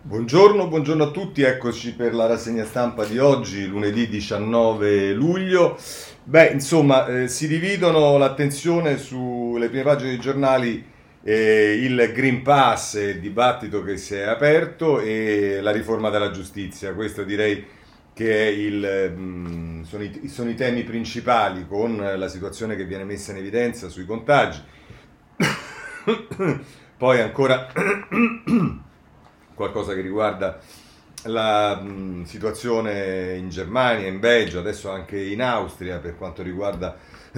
Buongiorno a tutti, eccoci per la rassegna stampa di oggi, lunedì 19 luglio. Si dividono l'attenzione sulle prime pagine dei giornali il Green Pass, il dibattito che si è aperto e la riforma della giustizia. Questo direi che sono i temi principali, con la situazione che viene messa in evidenza sui contagi. Poi ancora qualcosa che riguarda la situazione in Germania, in Belgio, adesso anche in Austria per quanto riguarda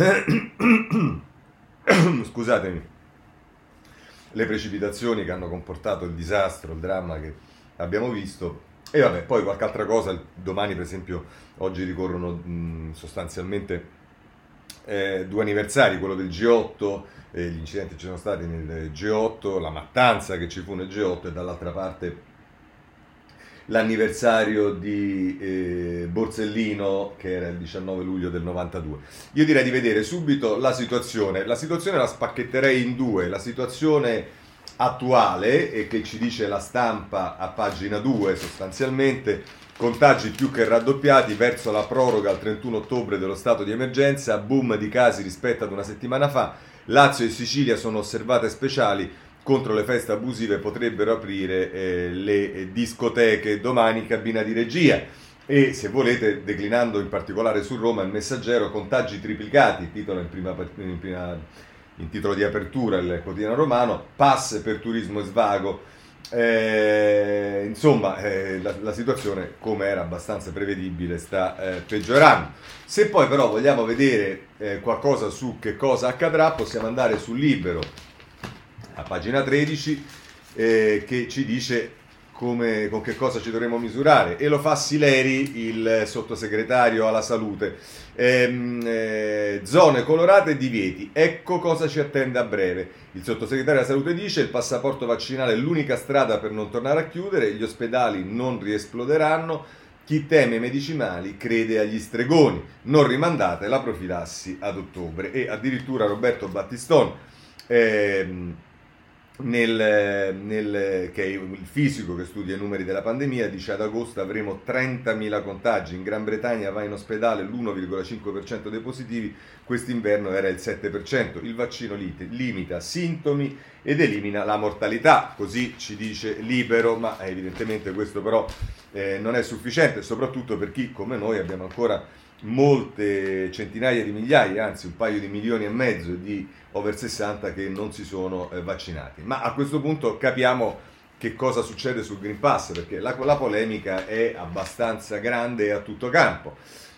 scusatemi, le precipitazioni che hanno comportato il disastro, il dramma che abbiamo visto. E vabbè, poi qualche altra cosa, domani per esempio, oggi ricorrono sostanzialmente due anniversari, quello del G8, gli incidenti che ci sono stati nel G8, la mattanza che ci fu nel G8 e dall'altra parte l'anniversario di Borsellino, che era il 19 luglio del 92. Io direi di vedere subito la situazione. La situazione la spacchetterei in due: la situazione attuale, e che ci dice la stampa a pagina 2 sostanzialmente: contagi più che raddoppiati verso la proroga al 31 ottobre dello stato di emergenza, boom di casi rispetto ad una settimana fa, Lazio e Sicilia sono osservate speciali, contro le feste abusive potrebbero aprire le discoteche, domani cabina di regia. E se volete, declinando in particolare su Roma, il Messaggero: contagi triplicati, titolo in titolo di apertura il quotidiano romano, pass per turismo e svago. La situazione, come era abbastanza prevedibile, sta peggiorando. Se poi però vogliamo vedere qualcosa su che cosa accadrà, possiamo andare sul Libero a pagina 13, che ci dice con che cosa ci dovremo misurare, e lo fa Sileri, il sottosegretario alla salute. Zone colorate e divieti, ecco cosa ci attende a breve. Il sottosegretario alla salute dice: il passaporto vaccinale è l'unica strada per non tornare a chiudere, gli ospedali non riesploderanno, chi teme i medicinali crede agli stregoni, non rimandate la profilassi ad ottobre. E addirittura Roberto Battiston, che è il fisico che studia i numeri della pandemia, dice: ad agosto avremo 30.000 contagi, in Gran Bretagna va in ospedale l'1,5% dei positivi, quest'inverno era il 7%, il vaccino limita sintomi ed elimina la mortalità, così ci dice Libero. Ma evidentemente questo però non è sufficiente, soprattutto per chi come noi abbiamo ancora molte centinaia di migliaia, anzi un paio di milioni e mezzo di over 60 che non si sono vaccinati. Ma a questo punto capiamo che cosa succede sul Green Pass, perché la polemica è abbastanza grande e a tutto campo.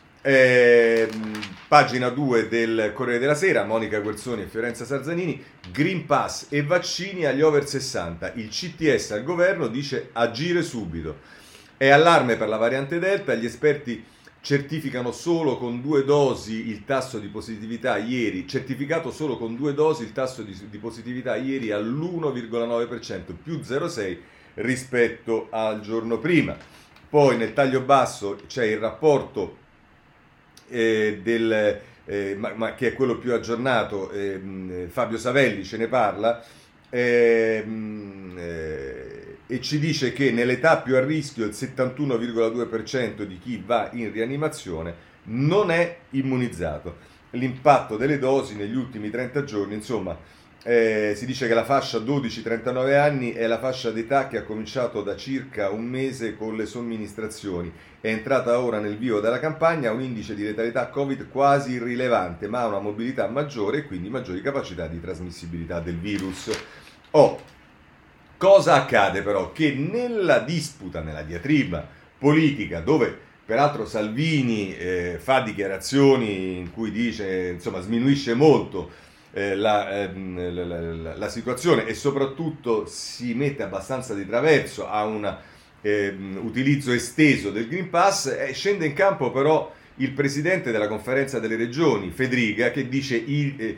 Pagina 2 del Corriere della Sera, Monica Guerzoni e Fiorenza Sarzanini: Green Pass e vaccini agli over 60, il CTS al governo dice agire subito. È allarme per la variante Delta, gli esperti certificano solo con 2 dosi il tasso di positività ieri, certificato solo con 2 dosi il tasso di positività ieri all'1,9%, più 0,6 rispetto al giorno prima. Poi nel taglio basso c'è il rapporto che è quello più aggiornato, Fabio Savelli ce ne parla, e ci dice che nell'età più a rischio il 71,2% di chi va in rianimazione non è immunizzato. L'impatto delle dosi negli ultimi 30 giorni, insomma, si dice che la fascia 12-39 anni è la fascia d'età che ha cominciato da circa un mese con le somministrazioni, è entrata ora nel vivo della campagna, ha un indice di letalità Covid quasi irrilevante, ma ha una mobilità maggiore e quindi maggiori capacità di trasmissibilità del virus. Cosa accade però? Che nella disputa, nella diatriba politica, dove peraltro Salvini fa dichiarazioni in cui dice, insomma, sminuisce molto la situazione e soprattutto si mette abbastanza di traverso a un utilizzo esteso del Green Pass, scende in campo però il presidente della conferenza delle regioni, Fedriga, che dice il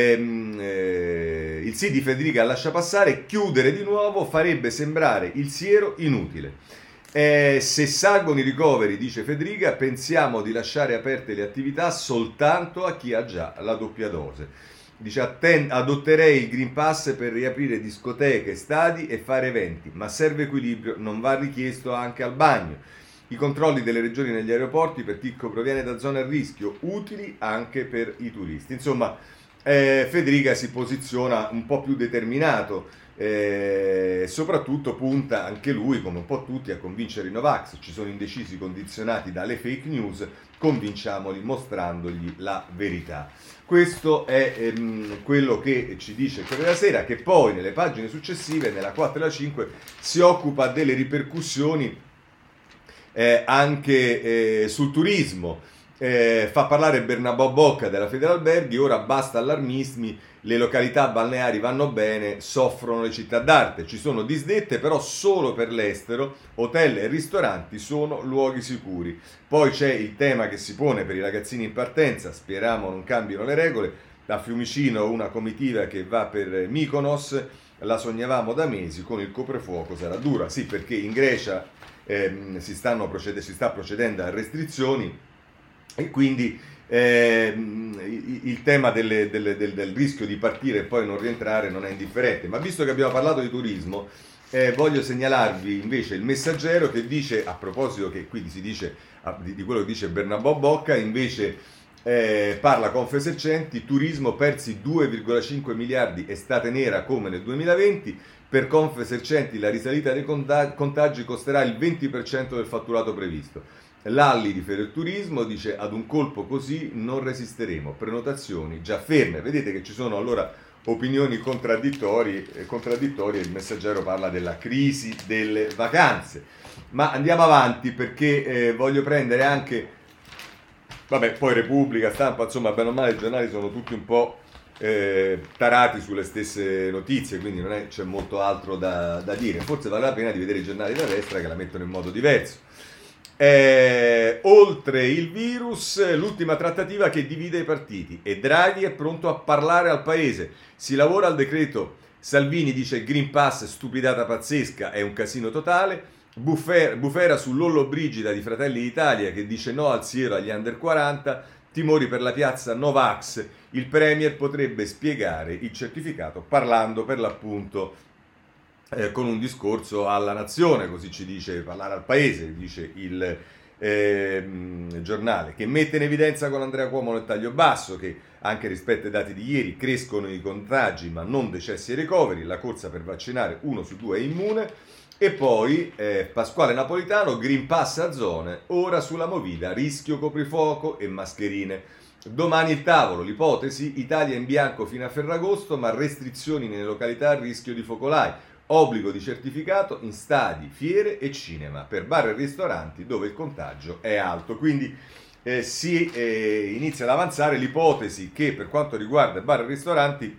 sì di Federica lascia passare, chiudere di nuovo farebbe sembrare il siero inutile. Se salgono i ricoveri, dice Federica, pensiamo di lasciare aperte le attività soltanto a chi ha già la doppia dose. dice adotterei il Green Pass per riaprire discoteche, stadi e fare eventi, ma serve equilibrio, non va richiesto anche al bagno. I controlli delle regioni negli aeroporti per chi proviene da zone a rischio, utili anche per i turisti. Insomma, Federica si posiziona un po' più determinato, soprattutto punta anche lui, come un po' tutti, a convincere i Novax. Ci sono indecisi condizionati dalle fake news, convinciamoli mostrandogli la verità. Questo è quello che ci dice il Corriere della Sera, che poi nelle pagine successive, nella 4 e la 5, si occupa delle ripercussioni anche sul turismo. Fa parlare Bernabò Bocca della Federalberghi, ora basta allarmismi, le località balneari vanno bene, soffrono le città d'arte, ci sono disdette però solo per l'estero, hotel e ristoranti sono luoghi sicuri. Poi c'è il tema che si pone per i ragazzini in partenza, speriamo non cambino le regole, da Fiumicino una comitiva che va per Mykonos, la sognavamo da mesi, con il coprifuoco sarà dura, sì, perché in Grecia si sta procedendo a restrizioni e quindi il tema del rischio di partire e poi non rientrare non è indifferente. Ma visto che abbiamo parlato di turismo, voglio segnalarvi invece il Messaggero, che dice, a proposito che qui si dice di quello che dice Bernabò Bocca, invece parla Confesercenti, turismo persi 2,5 miliardi, estate nera come nel 2020, per Confesercenti la risalita dei contagi costerà il 20% del fatturato previsto. Lalli di Federturismo dice ad un colpo così non resisteremo, prenotazioni già ferme. Vedete che ci sono allora opinioni contraddittorie, il Messaggero parla della crisi delle vacanze. Ma andiamo avanti perché voglio prendere anche, vabbè, poi Repubblica, Stampa, insomma, bene o male i giornali sono tutti un po' tarati sulle stesse notizie, quindi non c'è molto altro da dire. Forse vale la pena di vedere i giornali da destra che la mettono in modo diverso. Oltre il virus, l'ultima trattativa che divide i partiti e Draghi è pronto a parlare al paese. Si lavora al decreto. Salvini dice Green Pass stupidata pazzesca, è un casino totale. Bufera su Lollobrigida di Fratelli d'Italia che dice no al siero agli under 40. Timori per la piazza Novax. Il Premier potrebbe spiegare il certificato parlando per l'appunto con un discorso alla nazione, così ci dice, parlare al paese, dice il giornale, che mette in evidenza con Andrea Cuomo nel taglio basso che anche rispetto ai dati di ieri crescono i contagi ma non decessi e ricoveri, la corsa per vaccinare 1 su 2 è immune. E poi Pasquale Napolitano, Green Pass a zone, ora sulla movida, rischio coprifuoco e mascherine. Domani il tavolo, l'ipotesi, Italia in bianco fino a Ferragosto ma restrizioni nelle località a rischio di focolai. Obbligo di certificato in stadi, fiere e cinema per bar e ristoranti dove il contagio è alto. Quindi si inizia ad avanzare l'ipotesi che per quanto riguarda bar e ristoranti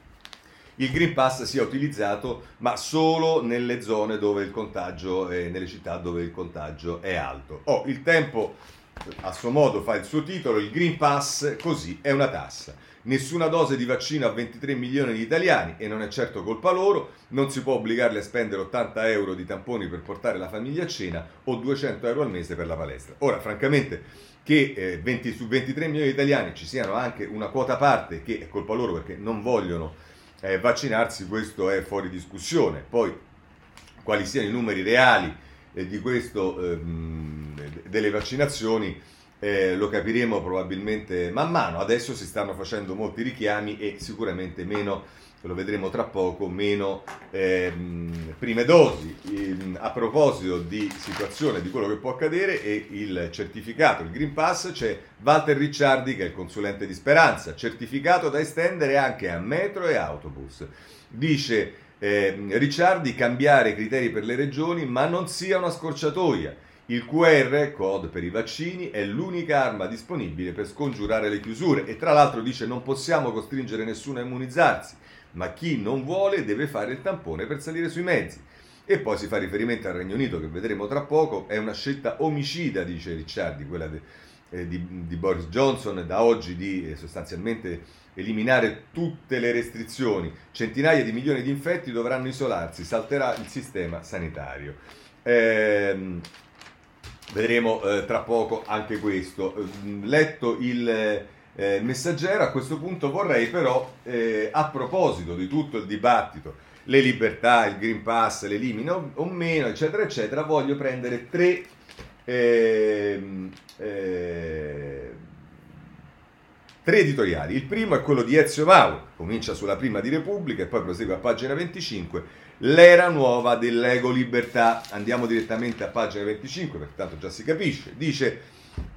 il Green Pass sia utilizzato ma solo nelle zone dove il contagio nelle città dove il contagio è alto. Il Tempo a suo modo fa il suo titolo, il Green Pass così è una tassa. Nessuna dose di vaccino a 23 milioni di italiani e non è certo colpa loro, non si può obbligarli a spendere 80 euro di tamponi per portare la famiglia a cena o 200 euro al mese per la palestra. Ora, francamente, che su 23 milioni di italiani ci siano anche una quota parte che è colpa loro perché non vogliono vaccinarsi, questo è fuori discussione. Poi, quali siano i numeri reali di questo, delle vaccinazioni, lo capiremo probabilmente man mano. Adesso si stanno facendo molti richiami e sicuramente meno, lo vedremo tra poco, meno prime dosi. A proposito di situazione, di quello che può accadere e il certificato, il Green Pass, c'è Walter Ricciardi che è il consulente di Speranza, certificato da estendere anche a metro e autobus. Dice Ricciardi, cambiare i criteri per le regioni ma non sia una scorciatoia. Il QR, code per i vaccini, è l'unica arma disponibile per scongiurare le chiusure e tra l'altro dice non possiamo costringere nessuno a immunizzarsi, ma chi non vuole deve fare il tampone per salire sui mezzi. E poi si fa riferimento al Regno Unito che vedremo tra poco, è una scelta omicida, dice Ricciardi, quella di Boris Johnson, da oggi di sostanzialmente eliminare tutte le restrizioni. Centinaia di milioni di infetti dovranno isolarsi, salterà il sistema sanitario. Vedremo tra poco anche questo. Letto il Messaggero. A questo punto vorrei però, a proposito di tutto il dibattito, le libertà, il Green Pass, le elimino o meno, eccetera, eccetera, voglio prendere tre editoriali. Il primo è quello di Ezio Mauro, comincia sulla prima di Repubblica e poi prosegue a pagina 25, l'era nuova dell'ego libertà. Andiamo direttamente a pagina 25, perché tanto già si capisce. Dice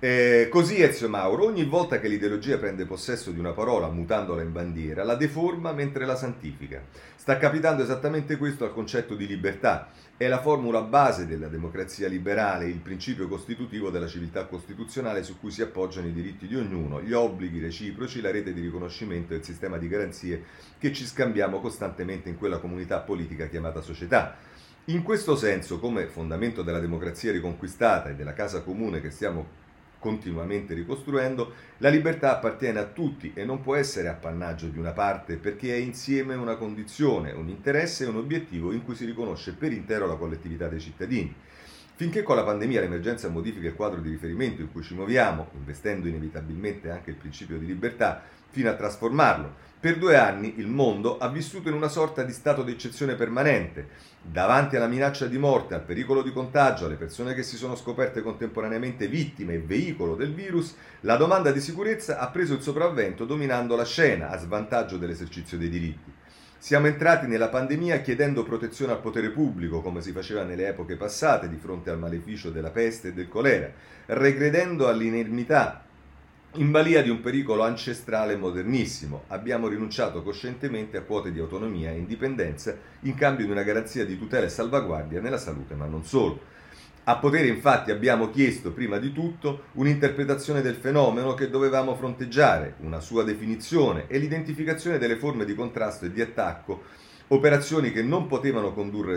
così Ezio Mauro: ogni volta che l'ideologia prende possesso di una parola mutandola in bandiera, la deforma mentre la santifica. Sta capitando esattamente questo al concetto di libertà. È la formula base della democrazia liberale, il principio costitutivo della civiltà costituzionale su cui si appoggiano i diritti di ognuno, gli obblighi reciproci, la rete di riconoscimento e il sistema di garanzie che ci scambiamo costantemente in quella comunità politica chiamata società. In questo senso, come fondamento della democrazia riconquistata e della casa comune che stiamo continuamente ricostruendo, la libertà appartiene a tutti e non può essere appannaggio di una parte, perché è insieme una condizione, un interesse e un obiettivo in cui si riconosce per intero la collettività dei cittadini. Finché con la pandemia l'emergenza modifica il quadro di riferimento in cui ci muoviamo, investendo inevitabilmente anche il principio di libertà, fino a trasformarlo, per 2 anni il mondo ha vissuto in una sorta di stato di eccezione permanente. Davanti alla minaccia di morte, al pericolo di contagio, alle persone che si sono scoperte contemporaneamente vittime e veicolo del virus, la domanda di sicurezza ha preso il sopravvento dominando la scena a svantaggio dell'esercizio dei diritti. Siamo entrati nella pandemia chiedendo protezione al potere pubblico, come si faceva nelle epoche passate di fronte al maleficio della peste e del colera, regredendo all'inermità in balia di un pericolo ancestrale e modernissimo. Abbiamo rinunciato coscientemente a quote di autonomia e indipendenza in cambio di una garanzia di tutela e salvaguardia nella salute, ma non solo. A potere infatti abbiamo chiesto prima di tutto un'interpretazione del fenomeno che dovevamo fronteggiare, una sua definizione e l'identificazione delle forme di contrasto e di attacco, operazioni che non potevamo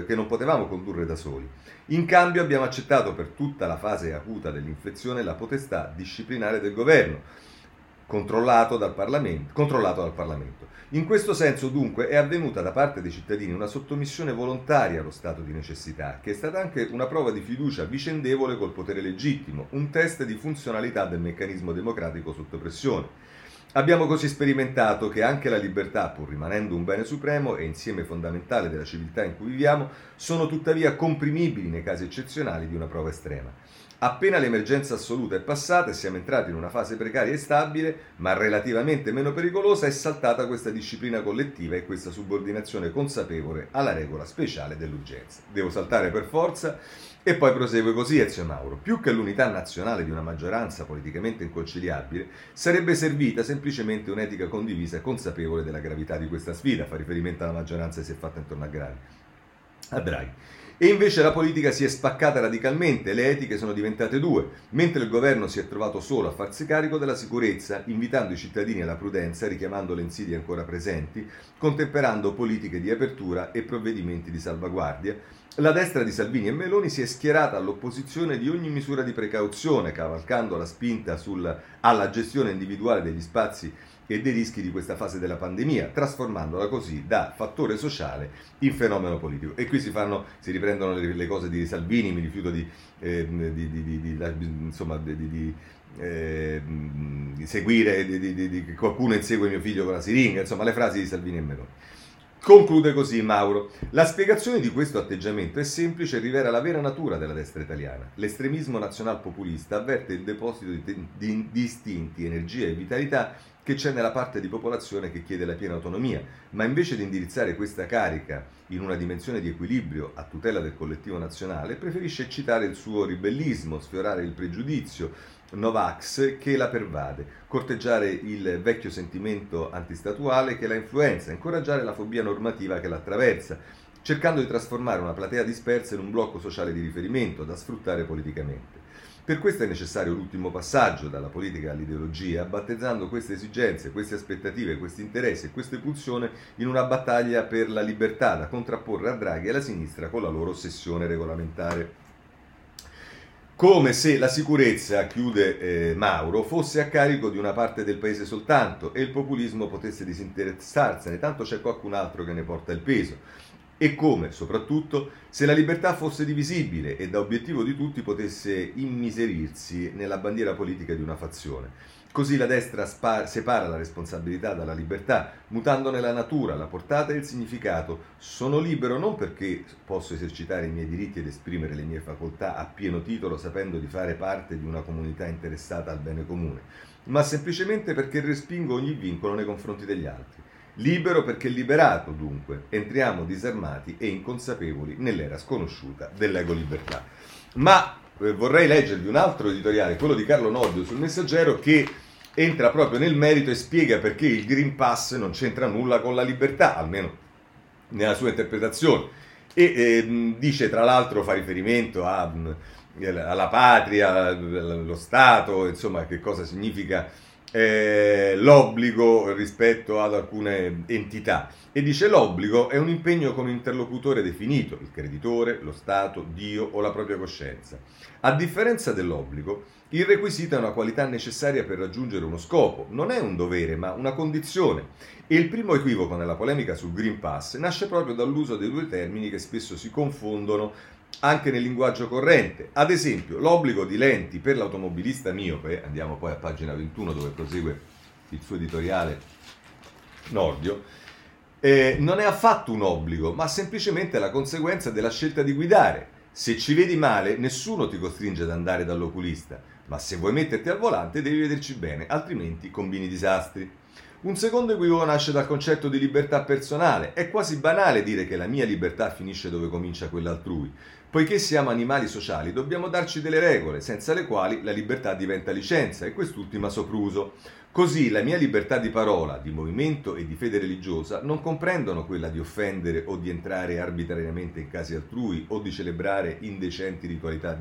condurre da soli. In cambio abbiamo accettato per tutta la fase acuta dell'infezione la potestà disciplinare del governo, controllato dal Parlamento. In questo senso dunque è avvenuta da parte dei cittadini una sottomissione volontaria allo stato di necessità, che è stata anche una prova di fiducia vicendevole col potere legittimo, un test di funzionalità del meccanismo democratico sotto pressione. Abbiamo così sperimentato che anche la libertà, pur rimanendo un bene supremo e insieme fondamentale della civiltà in cui viviamo, sono tuttavia comprimibili nei casi eccezionali di una prova estrema. Appena l'emergenza assoluta è passata e siamo entrati in una fase precaria e stabile, ma relativamente meno pericolosa, è saltata questa disciplina collettiva e questa subordinazione consapevole alla regola speciale dell'urgenza. Devo saltare per forza. E poi prosegue così Ezio Mauro: più che l'unità nazionale di una maggioranza politicamente inconciliabile, sarebbe servita semplicemente un'etica condivisa e consapevole della gravità di questa sfida. Fa riferimento alla maggioranza che si è fatta intorno a Draghi. E invece la politica si è spaccata radicalmente, le etiche sono diventate due, mentre il governo si è trovato solo a farsi carico della sicurezza, invitando i cittadini alla prudenza, richiamando le insidie ancora presenti, contemperando politiche di apertura e provvedimenti di salvaguardia. La destra di Salvini e Meloni si è schierata all'opposizione di ogni misura di precauzione, cavalcando la spinta alla gestione individuale degli spazi e dei rischi di questa fase della pandemia, trasformandola così da fattore sociale in fenomeno politico. E qui si riprendono le cose di Salvini: mi rifiuto di seguire, che qualcuno insegue mio figlio con la siringa, insomma le frasi di Salvini e Meloni. Conclude così Mauro: la spiegazione di questo atteggiamento è semplice e rivela la vera natura della destra italiana. L'estremismo nazional-populista avverte il deposito di istinti, energia e vitalità che c'è nella parte di popolazione che chiede la piena autonomia, ma invece di indirizzare questa carica in una dimensione di equilibrio a tutela del collettivo nazionale, preferisce eccitare il suo ribellismo, sfiorare il pregiudizio Novax che la pervade, corteggiare il vecchio sentimento antistatuale che la influenza, incoraggiare la fobia normativa che la attraversa, cercando di trasformare una platea dispersa in un blocco sociale di riferimento da sfruttare politicamente. Per questo è necessario l'ultimo passaggio dalla politica all'ideologia, battezzando queste esigenze, queste aspettative, questi interessi e queste pulsioni in una battaglia per la libertà da contrapporre a Draghi e alla sinistra con la loro ossessione regolamentare. Come se la sicurezza, chiude Mauro, fosse a carico di una parte del paese soltanto e il populismo potesse disinteressarsene, tanto c'è qualcun altro che ne porta il peso. E come, soprattutto, se la libertà fosse divisibile e da obiettivo di tutti potesse immiserirsi nella bandiera politica di una fazione. Così la destra separa la responsabilità dalla libertà, mutandone la natura, la portata e il significato. Sono libero non perché posso esercitare i miei diritti ed esprimere le mie facoltà a pieno titolo sapendo di fare parte di una comunità interessata al bene comune, ma semplicemente perché respingo ogni vincolo nei confronti degli altri. Libero perché liberato, dunque, entriamo disarmati e inconsapevoli nell'era sconosciuta dell'ego libertà. Ma vorrei leggervi un altro editoriale, quello di Carlo Nordio sul Messaggero, che entra proprio nel merito e spiega perché il Green Pass non c'entra nulla con la libertà, almeno nella sua interpretazione. E dice, tra l'altro, fa riferimento alla patria, allo Stato, insomma, che cosa significa l'obbligo rispetto ad alcune entità, e dice: l'obbligo è un impegno con un interlocutore definito, il creditore, lo Stato, Dio o la propria coscienza. A differenza dell'obbligo, il requisito è una qualità necessaria per raggiungere uno scopo, non è un dovere ma una condizione. E il primo equivoco nella polemica sul Green Pass nasce proprio dall'uso dei due termini che spesso si confondono anche nel linguaggio corrente. Ad esempio, l'obbligo di lenti per l'automobilista miope, andiamo poi a pagina 21 dove prosegue il suo editoriale Nordio, non è affatto un obbligo, ma semplicemente la conseguenza della scelta di guidare. Se ci vedi male, nessuno ti costringe ad andare dall'oculista, ma se vuoi metterti al volante devi vederci bene, altrimenti combini disastri. Un secondo equivoco nasce dal concetto di libertà personale. È quasi banale dire che la mia libertà finisce dove comincia quella altrui. Poiché siamo animali sociali, dobbiamo darci delle regole, senza le quali la libertà diventa licenza e quest'ultima sopruso. Così la mia libertà di parola, di movimento e di fede religiosa non comprendono quella di offendere o di entrare arbitrariamente in casi altrui o di celebrare indecenti ritualità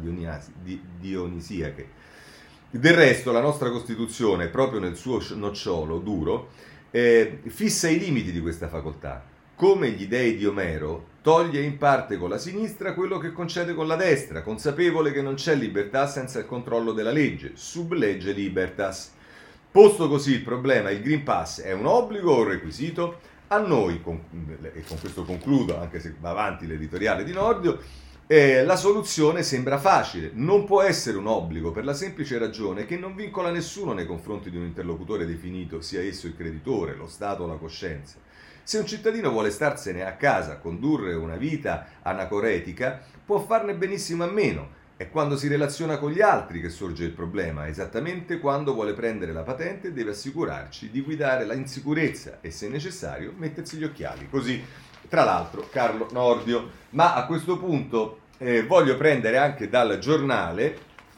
dionisiache. Del resto la nostra Costituzione, proprio nel suo nocciolo duro, fissa i limiti di questa facoltà. Come gli dei di Omero, toglie in parte con la sinistra quello che concede con la destra, consapevole che non c'è libertà senza il controllo della legge, sub legge libertas. Posto così il problema, il Green Pass è un obbligo o un requisito? A noi, e con questo concludo, anche se va avanti l'editoriale di Nordio, la soluzione sembra facile. Non può essere un obbligo per la semplice ragione che non vincola nessuno nei confronti di un interlocutore definito, sia esso il creditore, lo Stato o la coscienza. Se un cittadino vuole starsene a casa, condurre una vita anacoretica, può farne benissimo a meno. È quando si relaziona con gli altri che sorge il problema, esattamente quando vuole prendere la patente deve assicurarci di guidare la insicurezza e, se necessario, mettersi gli occhiali. Così, tra l'altro, Carlo Nordio. Ma a questo punto voglio prendere anche dal giornale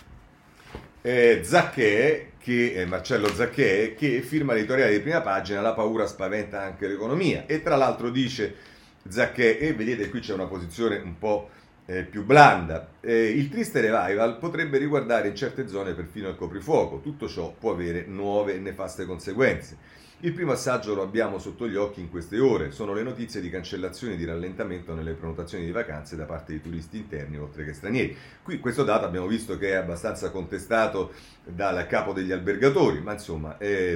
Zacchè, Marcello Zacchè, che firma l'editoriale di prima pagina: la paura spaventa anche l'economia. E tra l'altro dice Zacchè, e vedete qui c'è una posizione un po' più blanda, il triste revival potrebbe riguardare in certe zone perfino il coprifuoco. Tutto ciò può avere nuove e nefaste conseguenze. Il primo assaggio lo abbiamo sotto gli occhi in queste ore, sono le notizie di cancellazioni di rallentamento nelle prenotazioni di vacanze da parte di turisti interni oltre che stranieri. Qui questo dato abbiamo visto che è abbastanza contestato dal capo degli albergatori, ma insomma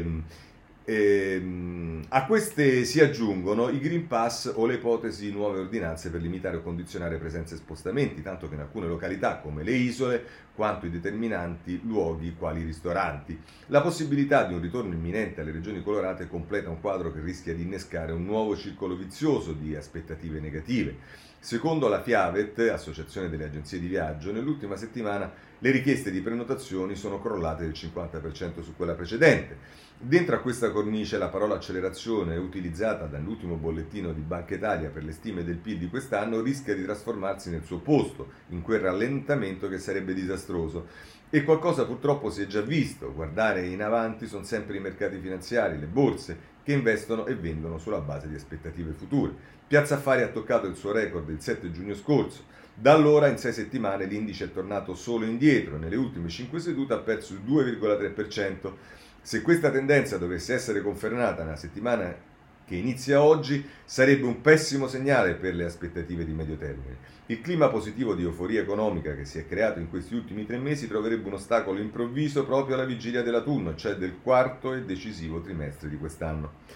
a queste si aggiungono i Green Pass o le ipotesi di nuove ordinanze per limitare o condizionare presenze e spostamenti, tanto che in alcune località come le isole, quanto i determinanti luoghi quali i ristoranti. La possibilità di un ritorno imminente alle regioni colorate completa un quadro che rischia di innescare un nuovo circolo vizioso di aspettative negative. Secondo la Fiavet, Associazione delle Agenzie di Viaggio, nell'ultima settimana le richieste di prenotazioni sono crollate del 50% su quella precedente. Dentro a questa cornice la parola accelerazione, utilizzata dall'ultimo bollettino di Banca Italia per le stime del PIL di quest'anno, rischia di trasformarsi nel suo opposto, in quel rallentamento che sarebbe disastroso. E qualcosa purtroppo si è già visto. Guardare in avanti sono sempre i mercati finanziari, le borse, che investono e vendono sulla base di aspettative future. Piazza Affari ha toccato il suo record il 7 giugno scorso. Da allora, in 6 settimane, l'indice è tornato solo indietro. Nelle ultime 5 sedute ha perso il 2,3%. Se questa tendenza dovesse essere confermata nella settimana che inizia oggi, sarebbe un pessimo segnale per le aspettative di medio termine. Il clima positivo di euforia economica che si è creato in questi ultimi 3 mesi troverebbe un ostacolo improvviso proprio alla vigilia dell'autunno, cioè del quarto e decisivo trimestre di quest'anno.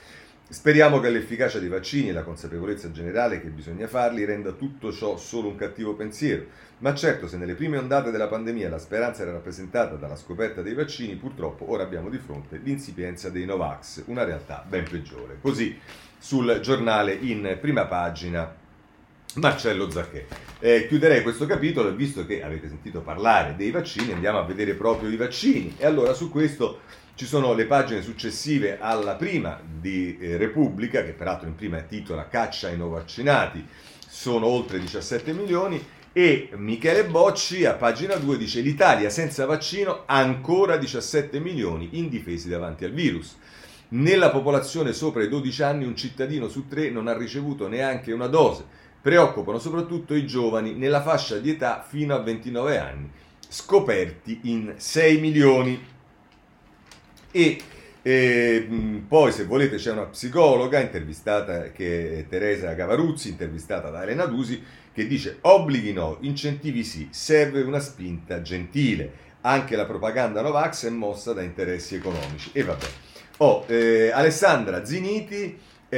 Speriamo che l'efficacia dei vaccini e la consapevolezza generale che bisogna farli renda tutto ciò solo un cattivo pensiero. Ma certo, se nelle prime ondate della pandemia la speranza era rappresentata dalla scoperta dei vaccini, purtroppo ora abbiamo di fronte l'insipienza dei Novax, una realtà ben peggiore. Così sul giornale in prima pagina Marcello Zacchè. Chiuderei questo capitolo e visto che avete sentito parlare dei vaccini andiamo a vedere proprio i vaccini e allora su questo ci sono le pagine successive alla prima di Repubblica, che peraltro in prima titola Caccia ai non vaccinati, sono oltre 17 milioni, e Michele Bocci a pagina 2 dice l'Italia senza vaccino ancora 17 milioni indifesi davanti al virus. Nella popolazione sopra i 12 anni un cittadino su 3 non ha ricevuto neanche una dose. Preoccupano soprattutto i giovani nella fascia di età fino a 29 anni, scoperti in 6 milioni. E poi se volete c'è una psicologa intervistata che è Teresa Gavaruzzi, intervistata da Elena Dusi, che dice obblighi no, incentivi sì, serve una spinta gentile, anche la propaganda Novax è mossa da interessi economici. E vabbè. Alessandra Ziniti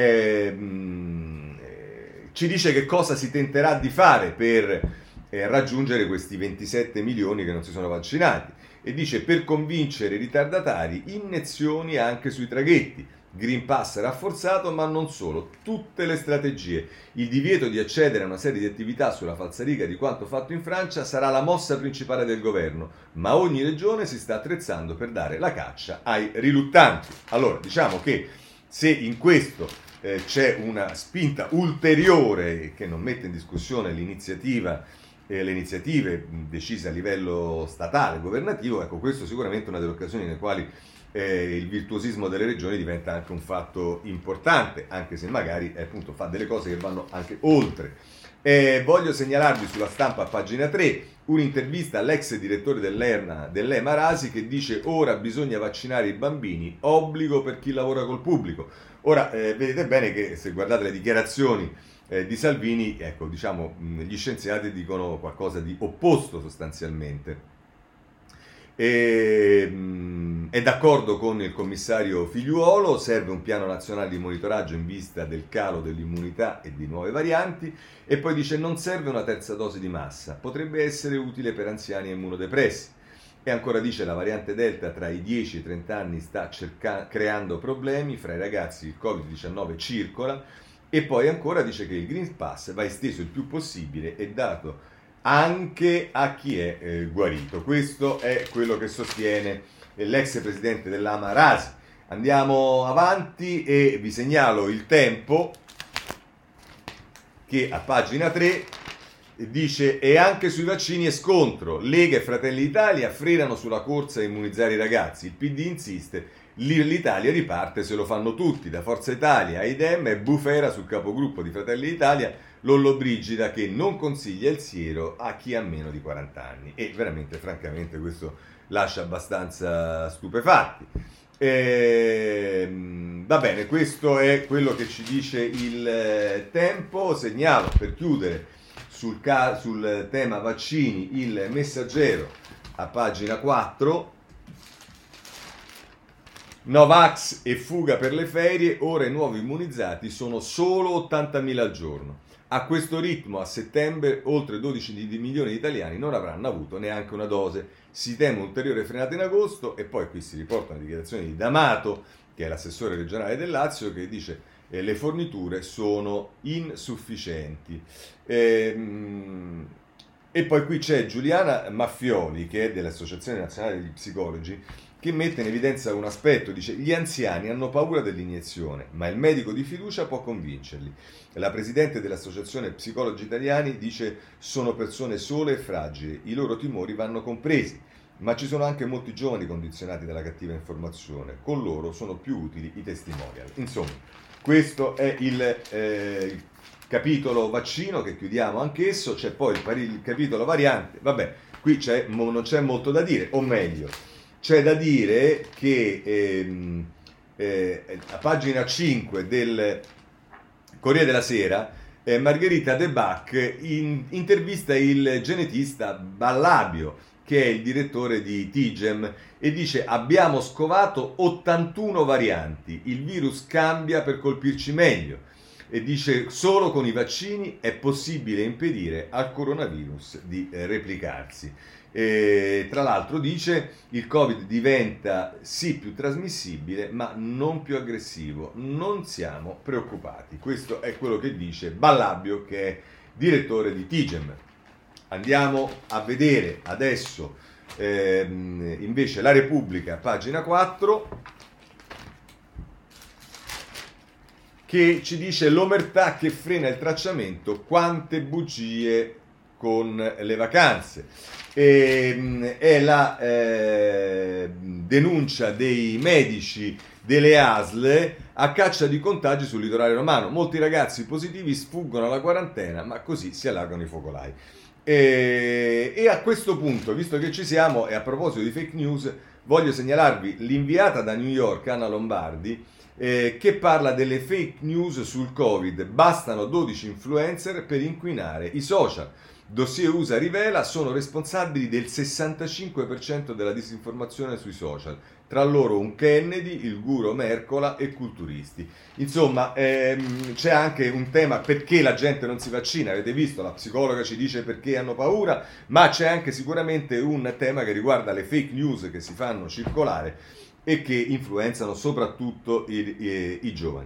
ci dice che cosa si tenterà di fare per raggiungere questi 27 milioni che non si sono vaccinati. E dice per convincere i ritardatari iniezioni anche sui traghetti, Green Pass rafforzato ma non solo, tutte le strategie, il divieto di accedere a una serie di attività sulla falsariga di quanto fatto in Francia sarà la mossa principale del governo, ma ogni regione si sta attrezzando per dare la caccia ai riluttanti. Allora diciamo che se in questo c'è una spinta ulteriore che non mette in discussione le iniziative decise a livello statale, governativo, ecco questo sicuramente è una delle occasioni nelle quali il virtuosismo delle regioni diventa anche un fatto importante, anche se magari appunto fa delle cose che vanno anche oltre. Voglio segnalarvi sulla Stampa a pagina 3 un'intervista all'ex direttore dell'EMA Rasi che dice ora bisogna vaccinare i bambini, obbligo per chi lavora col pubblico. Ora vedete bene che se guardate le dichiarazioni di Salvini, ecco, diciamo, gli scienziati dicono qualcosa di opposto sostanzialmente. È d'accordo con il commissario Figliuolo, serve un piano nazionale di monitoraggio in vista del calo dell'immunità e di nuove varianti, e poi dice non serve una terza dose di massa, potrebbe essere utile per anziani e immunodepressi. E ancora dice la variante Delta tra i 10 e i 30 anni sta creando problemi, fra i ragazzi il Covid-19 circola. E poi ancora dice che il Green Pass va esteso il più possibile e dato anche a chi è guarito. Questo è quello che sostiene l'ex presidente dell'AMA Rasi. Andiamo avanti e vi segnalo il Tempo che a pagina 3 dice e anche sui vaccini è scontro, Lega e Fratelli d'Italia frenano sulla corsa a immunizzare i ragazzi, il PD insiste, l'Italia riparte se lo fanno tutti, da Forza Italia a Idem e bufera sul capogruppo di Fratelli d'Italia Lollobrigida che non consiglia il siero a chi ha meno di 40 anni e veramente francamente questo lascia abbastanza stupefatti. Va bene, questo è quello che ci dice il Tempo. Segnalo per chiudere sul tema vaccini il Messaggero a pagina 4. Novax e fuga per le ferie, ora i nuovi immunizzati sono solo 80.000 al giorno. A questo ritmo a settembre oltre 12 milioni di italiani non avranno avuto neanche una dose. Si teme ulteriore frenata in agosto e poi qui si riportano le dichiarazioni di D'Amato, che è l'assessore regionale del Lazio, che dice le forniture sono insufficienti. E poi qui c'è Giuliana Maffioli, che è dell'Associazione Nazionale degli Psicologi, che mette in evidenza un aspetto, dice gli anziani hanno paura dell'iniezione, ma il medico di fiducia può convincerli. La presidente dell'Associazione Psicologi Italiani dice sono persone sole e fragili, i loro timori vanno compresi, ma ci sono anche molti giovani condizionati dalla cattiva informazione, con loro sono più utili i testimonial. Insomma, questo è il capitolo vaccino che chiudiamo anch'esso, c'è poi il capitolo variante, vabbè, qui non c'è molto da dire, o meglio, c'è da dire che a pagina 5 del Corriere della Sera Margherita De Bach intervista il genetista Ballabio che è il direttore di TIGEM, e dice: abbiamo scovato 81 varianti, il virus cambia per colpirci meglio. E dice: solo con i vaccini è possibile impedire al coronavirus di replicarsi. E, tra l'altro, dice: il Covid diventa sì più trasmissibile, ma non più aggressivo. Non siamo preoccupati. Questo è quello che dice Ballabio, che è direttore di TIGEM. Andiamo a vedere adesso invece la Repubblica, pagina 4, che ci dice: l'omertà che frena il tracciamento, quante bugie con le vacanze. È la denuncia dei medici delle ASL a caccia di contagi sul litorale romano. Molti ragazzi positivi sfuggono alla quarantena, ma così si allargano i focolai. E a questo punto, visto che ci siamo, e a proposito di fake news, voglio segnalarvi l'inviata da New York, Anna Lombardi, che parla delle fake news sul Covid. Bastano 12 influencer per inquinare i social. Dossier USA rivela sono responsabili del 65% della disinformazione sui social. Tra loro un Kennedy, il guru Mercola e culturisti. Insomma, c'è anche un tema: perché la gente non si vaccina. Avete visto, la psicologa ci dice perché hanno paura, ma c'è anche sicuramente un tema che riguarda le fake news che si fanno circolare e che influenzano soprattutto i giovani.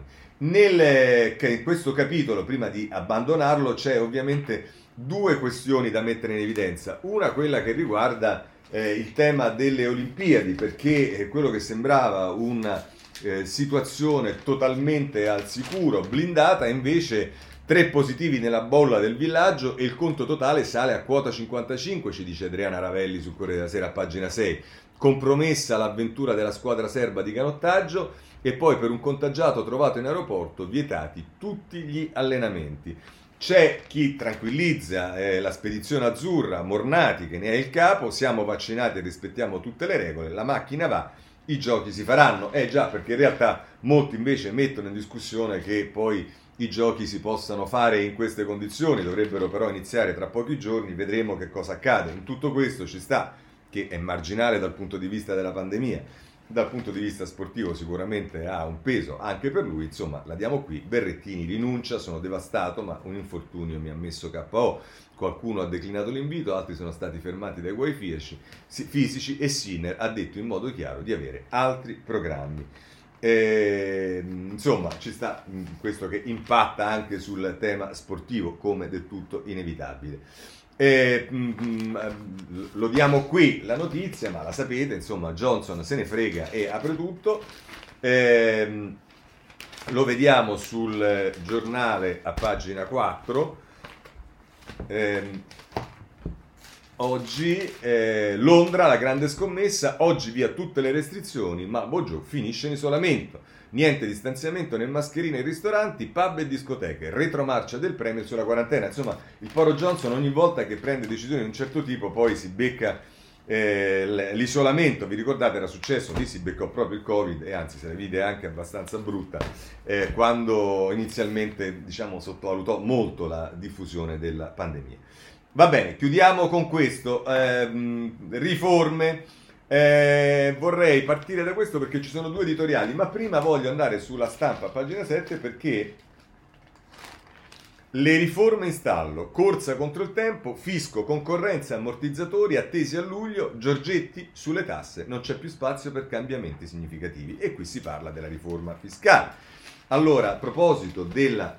In questo capitolo, prima di abbandonarlo, c'è ovviamente due questioni da mettere in evidenza. Una, quella che riguarda il tema delle Olimpiadi, perché quello che sembrava una situazione totalmente al sicuro, blindata, invece 3 positivi nella bolla del villaggio e il conto totale sale a quota 55, ci dice Adriana Ravelli sul Corriere della Sera a pagina 6. Compromessa l'avventura della squadra serba di canottaggio, e poi per un contagiato trovato in aeroporto vietati tutti gli allenamenti. C'è chi tranquillizza la spedizione azzurra, Mornati, che ne è il capo: siamo vaccinati e rispettiamo tutte le regole, la macchina va, i giochi si faranno. Già, perché in realtà molti invece mettono in discussione che poi i giochi si possano fare in queste condizioni, dovrebbero però iniziare tra pochi giorni, vedremo che cosa accade. In tutto questo ci sta, che è marginale dal punto di vista della pandemia, dal punto di vista sportivo sicuramente ha un peso anche per lui. Insomma, la diamo qui: Berrettini rinuncia, sono devastato, ma un infortunio mi ha messo KO. Qualcuno ha declinato l'invito, altri sono stati fermati dai guai fisici e Sinner ha detto in modo chiaro di avere altri programmi. Insomma, ci sta questo che impatta anche sul tema sportivo, come del tutto inevitabile. Lo diamo qui la notizia, ma la sapete, insomma, Johnson se ne frega e apre tutto. Lo vediamo sul giornale a pagina 4. Oggi Londra, la grande scommessa, oggi via tutte le restrizioni, ma Bojo finisce in isolamento. Niente distanziamento né mascherine in ristoranti, pub e discoteche. Retromarcia del Premier sulla quarantena. Insomma, il Poro Johnson ogni volta che prende decisioni di un certo tipo poi si becca l'isolamento. Vi ricordate, era successo, lì si beccò proprio il Covid, e anzi se la vide anche abbastanza brutta quando inizialmente, diciamo, sottovalutò molto la diffusione della pandemia. Va bene, chiudiamo con questo. Riforme. Vorrei partire da questo perché ci sono 2 editoriali, ma prima voglio andare sulla Stampa, pagina 7, perché le riforme in stallo, corsa contro il tempo, fisco, concorrenza, ammortizzatori attesi a luglio, Giorgetti sulle tasse, non c'è più spazio per cambiamenti significativi. E qui si parla della riforma fiscale. Allora, a proposito della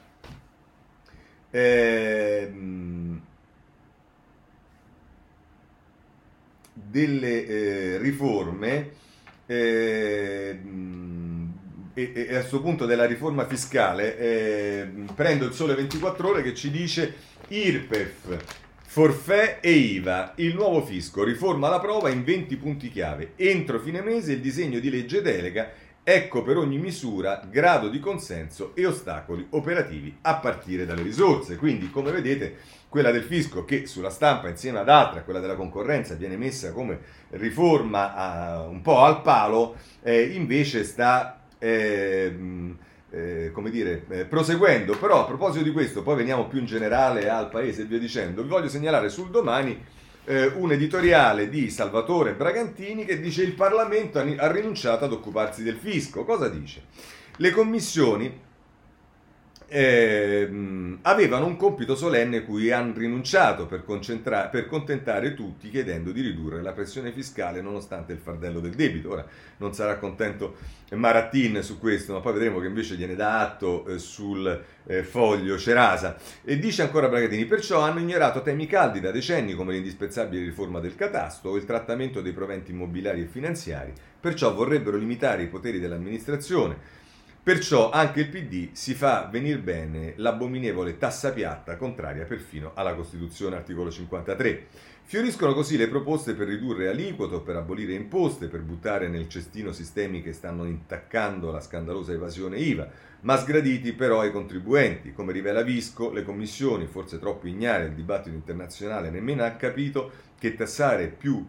delle riforme e a questo punto della riforma fiscale, prendo il Sole 24 Ore che ci dice: IRPEF, forfè e IVA, il nuovo fisco, riforma alla prova in 20 punti chiave, entro fine mese il disegno di legge delega, ecco per ogni misura grado di consenso e ostacoli operativi a partire dalle risorse. Quindi, come vedete, quella del fisco, che sulla Stampa insieme ad altre, quella della concorrenza, viene messa come riforma un po' al palo, invece sta proseguendo. Però a proposito di questo, poi veniamo più in generale al paese e via dicendo, vi voglio segnalare sul Domani un editoriale di Salvatore Bragantini che dice: il Parlamento ha rinunciato ad occuparsi del fisco. Cosa dice? Le commissioni avevano un compito solenne cui hanno rinunciato per contentare tutti, chiedendo di ridurre la pressione fiscale nonostante il fardello del debito. Ora non sarà contento Marattin su questo, ma poi vedremo che invece gliene dà atto sul foglio Cerasa. E dice ancora Bragantini: perciò hanno ignorato temi caldi da decenni come l'indispensabile riforma del catasto o il trattamento dei proventi immobiliari e finanziari, perciò vorrebbero limitare i poteri dell'amministrazione. Perciò anche il PD si fa venir bene l'abominevole tassa piatta, contraria perfino alla Costituzione, articolo 53. Fioriscono così le proposte per ridurre aliquote o per abolire imposte, per buttare nel cestino sistemi che stanno intaccando la scandalosa evasione IVA, ma sgraditi però ai contribuenti. Come rivela Visco, le commissioni, forse troppo ignare del dibattito internazionale, nemmeno ha capito che tassare più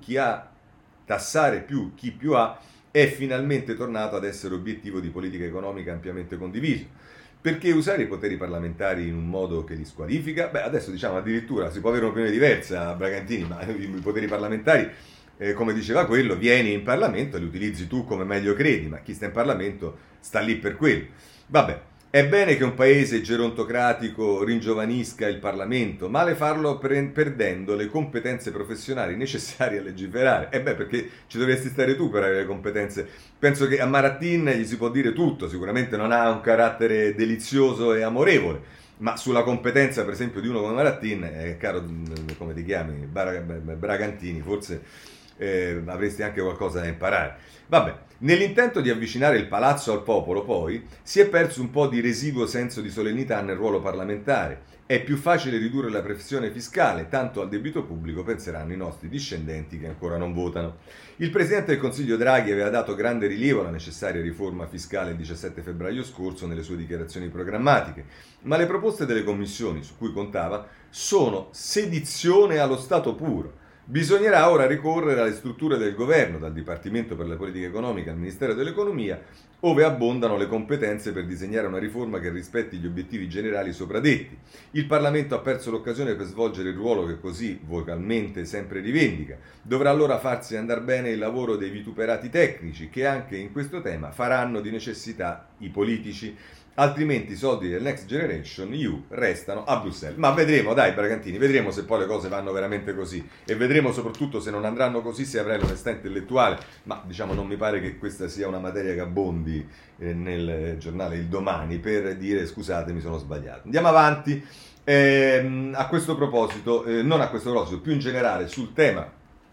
chi più ha, è finalmente tornato ad essere obiettivo di politica economica ampiamente condiviso. Perché usare i poteri parlamentari in un modo che li squalifica? Beh, adesso diciamo addirittura si può avere un'opinione diversa, Bragantini, ma i poteri parlamentari, come diceva quello, vieni in Parlamento e li utilizzi tu come meglio credi, ma chi sta in Parlamento sta lì per quello. Vabbè. È bene che un paese gerontocratico ringiovanisca il Parlamento, male farlo perdendo le competenze professionali necessarie a legiferare. E beh, perché ci dovresti stare tu per avere le competenze. Penso che a Marattin gli si può dire tutto, sicuramente non ha un carattere delizioso e amorevole, ma sulla competenza, per esempio, di uno come Marattin, caro, come ti chiami, Bragantini, forse avresti anche qualcosa da imparare. Vabbè, nell'intento di avvicinare il palazzo al popolo, poi, si è perso un po' di residuo senso di solennità nel ruolo parlamentare. È più facile ridurre la pressione fiscale, tanto al debito pubblico penseranno i nostri discendenti che ancora non votano. Il Presidente del Consiglio Draghi aveva dato grande rilievo alla necessaria riforma fiscale il 17 febbraio scorso nelle sue dichiarazioni programmatiche, ma le proposte delle commissioni su cui contava sono sedizione allo stato puro. Bisognerà ora ricorrere alle strutture del governo, dal Dipartimento per la Politica Economica al Ministero dell'Economia, ove abbondano le competenze per disegnare una riforma che rispetti gli obiettivi generali sopradetti. Il Parlamento ha perso l'occasione per svolgere il ruolo che così vocalmente sempre rivendica. Dovrà allora farsi andar bene il lavoro dei vituperati tecnici, che anche in questo tema faranno di necessità i politici. Altrimenti i soldi del Next Generation EU restano a Bruxelles. Ma vedremo, dai Bragantini, vedremo se poi le cose vanno veramente così e vedremo soprattutto se non andranno così, se avrai l'onestà intellettuale, ma diciamo non mi pare che questa sia una materia che abbondi nel giornale Il Domani per dire scusate mi sono sbagliato. Andiamo avanti, a questo proposito, non a questo proposito, più in generale sul tema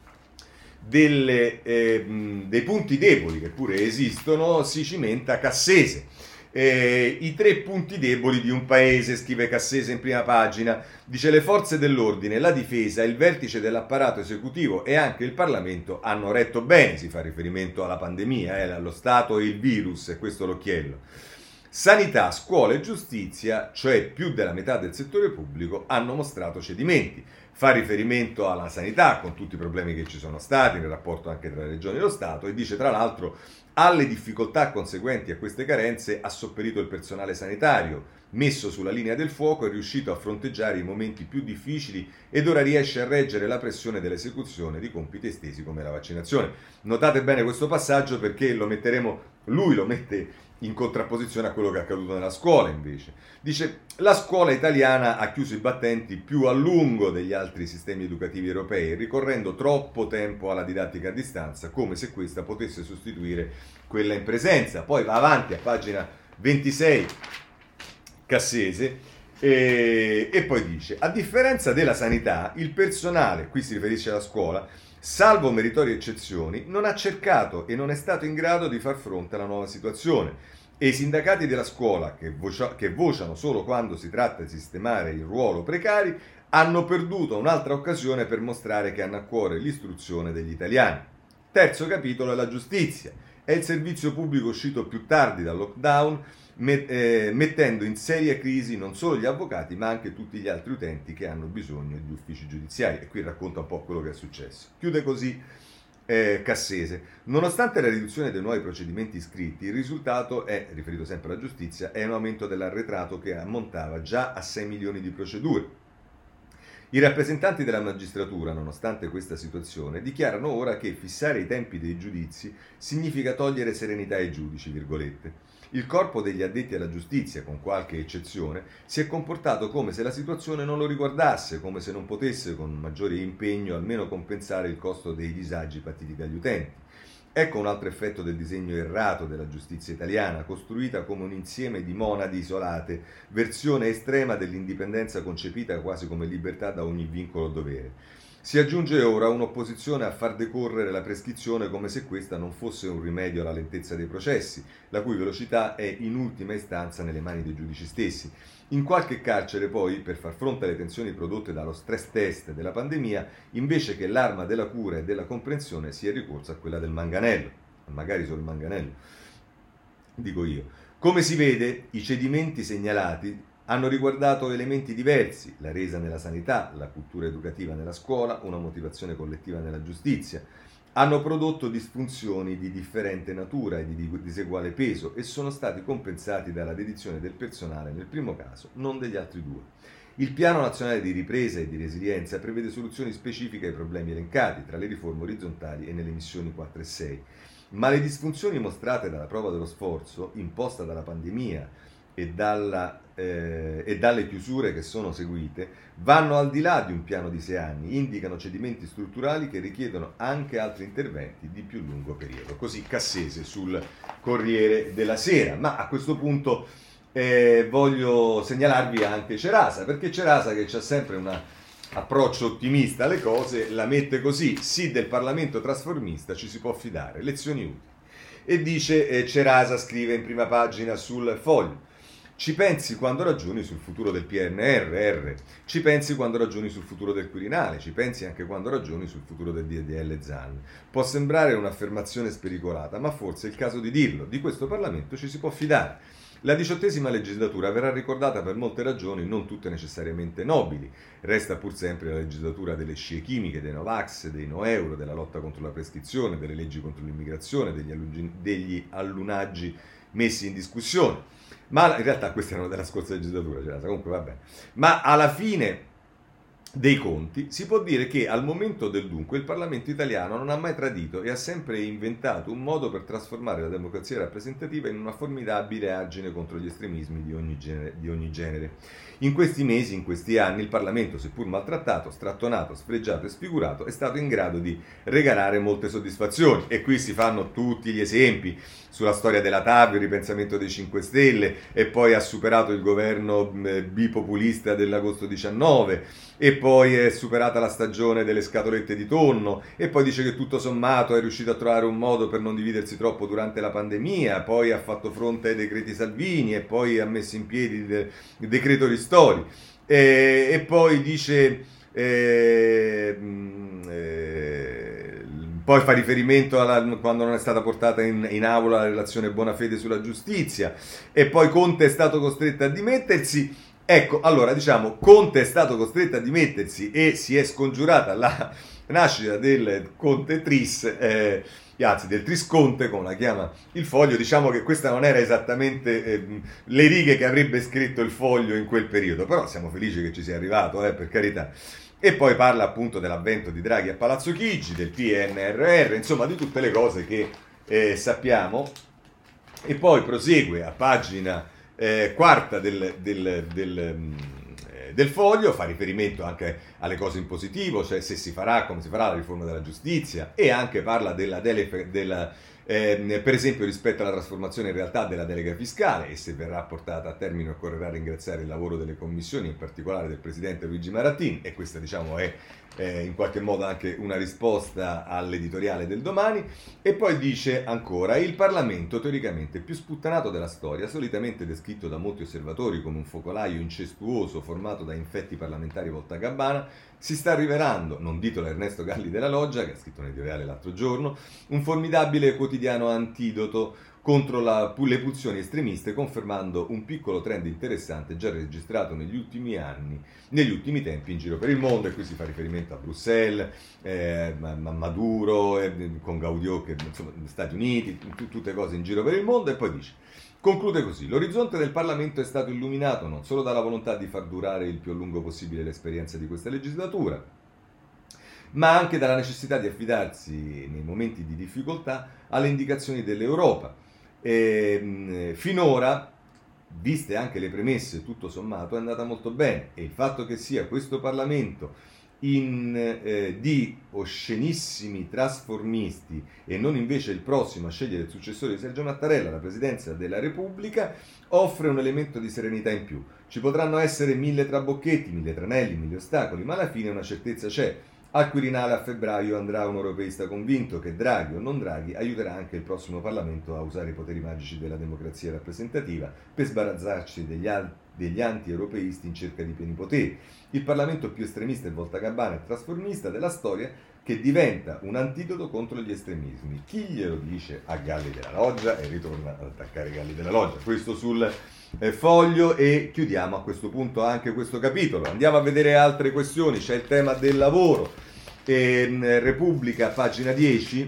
dei punti deboli che pure esistono, si cimenta Cassese. I 3 punti deboli di un paese, scrive Cassese in prima pagina, dice: le forze dell'ordine, la difesa, il vertice dell'apparato esecutivo e anche il Parlamento hanno retto bene, si fa riferimento alla pandemia, allo Stato e il virus, è questo l'occhiello. Sanità, scuola e giustizia, cioè più della metà del settore pubblico, hanno mostrato cedimenti. Fa riferimento alla sanità, con tutti i problemi che ci sono stati nel rapporto anche tra le regioni e lo Stato, e dice tra l'altro: alle difficoltà conseguenti a queste carenze ha sopperito il personale sanitario, messo sulla linea del fuoco, è riuscito a fronteggiare i momenti più difficili ed ora riesce a reggere la pressione dell'esecuzione di compiti estesi come la vaccinazione. Notate bene questo passaggio perché lui lo mette in contrapposizione a quello che è accaduto nella scuola invece. Dice: la scuola italiana ha chiuso i battenti più a lungo degli altri sistemi educativi europei, ricorrendo troppo tempo alla didattica a distanza, come se questa potesse sostituire quella in presenza. Poi va avanti a pagina 26 Cassese e poi dice: a differenza della sanità, il personale, qui si riferisce alla scuola, salvo meritorie eccezioni, non ha cercato e non è stato in grado di far fronte alla nuova situazione. E i sindacati della scuola, che vociano solo quando si tratta di sistemare il ruolo precari, hanno perduto un'altra occasione per mostrare che hanno a cuore l'istruzione degli italiani. Terzo capitolo è la giustizia. È il servizio pubblico uscito più tardi dal lockdown, mettendo in seria crisi non solo gli avvocati ma anche tutti gli altri utenti che hanno bisogno di uffici giudiziari. E qui racconta un po' quello che è successo. Chiude così Cassese: nonostante la riduzione dei nuovi procedimenti iscritti, il risultato è, riferito sempre alla giustizia, è un aumento dell'arretrato che ammontava già a 6 milioni di procedure. I rappresentanti della magistratura, nonostante questa situazione, dichiarano ora che fissare i tempi dei giudizi significa togliere serenità ai giudici, virgolette. Il corpo degli addetti alla giustizia, con qualche eccezione, si è comportato come se la situazione non lo riguardasse, come se non potesse con maggiore impegno almeno compensare il costo dei disagi patiti dagli utenti. Ecco un altro effetto del disegno errato della giustizia italiana, costruita come un insieme di monadi isolate, versione estrema dell'indipendenza concepita quasi come libertà da ogni vincolo o dovere. Si aggiunge ora un'opposizione a far decorrere la prescrizione come se questa non fosse un rimedio alla lentezza dei processi, la cui velocità è in ultima istanza nelle mani dei giudici stessi. In qualche carcere poi, per far fronte alle tensioni prodotte dallo stress test della pandemia, invece che l'arma della cura e della comprensione si è ricorso a quella del manganello, magari solo il manganello, dico io. Come si vede, i cedimenti segnalati hanno riguardato elementi diversi, la resa nella sanità, la cultura educativa nella scuola, una motivazione collettiva nella giustizia. Hanno prodotto disfunzioni di differente natura e di diseguale peso e sono stati compensati dalla dedizione del personale nel primo caso, non degli altri due. Il Piano Nazionale di Ripresa e di Resilienza prevede soluzioni specifiche ai problemi elencati tra le riforme orizzontali e nelle missioni 4 e 6, ma le disfunzioni mostrate dalla prova dello sforzo imposta dalla pandemia e dalle chiusure che sono seguite vanno al di là di un piano di 6 anni, indicano cedimenti strutturali che richiedono anche altri interventi di più lungo periodo. Così Cassese sul Corriere della Sera. Ma a questo punto voglio segnalarvi anche Cerasa, perché Cerasa, che c'ha sempre un approccio ottimista alle cose, la mette così: sì, del Parlamento trasformista ci si può fidare, lezioni utili. E dice, Cerasa scrive in prima pagina sul Foglio: ci pensi quando ragioni sul futuro del PNRR, ci pensi quando ragioni sul futuro del Quirinale, ci pensi anche quando ragioni sul futuro del DDL Zan. Può sembrare un'affermazione spericolata, ma forse è il caso di dirlo: di questo Parlamento ci si può fidare. La 18ª legislatura verrà ricordata per molte ragioni, non tutte necessariamente nobili. Resta pur sempre la legislatura delle scie chimiche, dei Novax, dei no euro, della lotta contro la prescrizione, delle leggi contro l'immigrazione, degli allunaggi messi in discussione. Ma in realtà questi erano della scorsa legislatura, comunque va bene. Ma alla fine dei conti si può dire che al momento del dunque il Parlamento italiano non ha mai tradito e ha sempre inventato un modo per trasformare la democrazia rappresentativa in una formidabile argine contro gli estremismi di ogni genere. In questi mesi, in questi anni, il Parlamento, seppur maltrattato, strattonato, sfregiato e sfigurato, è stato in grado di regalare molte soddisfazioni. E qui si fanno tutti gli esempi sulla storia della TAV, il ripensamento dei 5 Stelle, e poi ha superato il governo bipopulista dell'agosto 19, e poi è superata la stagione delle scatolette di tonno, e poi dice che tutto sommato è riuscito a trovare un modo per non dividersi troppo durante la pandemia, poi ha fatto fronte ai decreti Salvini, e poi ha messo in piedi il decreto ristori, e poi dice... poi fa riferimento quando non è stata portata in aula la relazione Bonafede sulla giustizia, e poi Conte è stato costretto a dimettersi. Ecco, allora diciamo, Conte è stato costretto a dimettersi e si è scongiurata la nascita del Conte Tris, anzi del Trisconte, come la chiama il Foglio. Diciamo che questa non era esattamente le righe che avrebbe scritto il Foglio in quel periodo, però siamo felici che ci sia arrivato, per carità. E poi parla appunto dell'avvento di Draghi a Palazzo Chigi, del PNRR, insomma di tutte le cose che sappiamo. E poi prosegue a pagina quarta del Foglio, fa riferimento anche alle cose in positivo, cioè se si farà, come si farà la riforma della giustizia, e anche parla per esempio rispetto alla trasformazione in realtà della delega fiscale, e se verrà portata a termine occorrerà ringraziare il lavoro delle commissioni, in particolare del presidente Luigi Marattin, e questa diciamo è in qualche modo anche una risposta all'editoriale del Domani. E poi dice ancora: il Parlamento teoricamente più sputtanato della storia, solitamente descritto da molti osservatori come un focolaio incestuoso formato da infetti parlamentari voltagabbana, si sta rivelando, non ditelo Ernesto Galli della Loggia, che ha scritto un editoriale l'altro giorno, un formidabile quotidiano antidoto contro le pulsioni estremiste, confermando un piccolo trend interessante già registrato negli ultimi tempi in giro per il mondo. E qui si fa riferimento a Bruxelles, a Maduro, con Gaudio, che insomma negli Stati Uniti, tutte cose in giro per il mondo. E poi dice: Conclude così: l'orizzonte del Parlamento è stato illuminato non solo dalla volontà di far durare il più a lungo possibile l'esperienza di questa legislatura, ma anche dalla necessità di affidarsi nei momenti di difficoltà alle indicazioni dell'Europa. Finora, viste anche le premesse, tutto sommato è andata molto bene, e il fatto che sia questo Parlamento di oscenissimi trasformisti e non invece il prossimo a scegliere il successore di Sergio Mattarella alla presidenza della Repubblica offre un elemento di serenità in più. Ci potranno essere 1000 trabocchetti, 1000 tranelli, 1000 ostacoli, ma alla fine una certezza c'è. Al Quirinale a febbraio andrà un europeista convinto che Draghi o non Draghi aiuterà anche il prossimo Parlamento a usare i poteri magici della democrazia rappresentativa per sbarazzarci degli anti-europeisti in cerca di pieni poteri. Il Parlamento più estremista e voltagabbana e trasformista della storia, che diventa un antidoto contro gli estremismi. Chi glielo dice? A Galli della Loggia, e ritorna ad attaccare Galli della Loggia. Questo sul Foglio, e chiudiamo a questo punto anche questo capitolo. Andiamo a vedere altre questioni. C'è il tema del lavoro. Repubblica, pagina 10.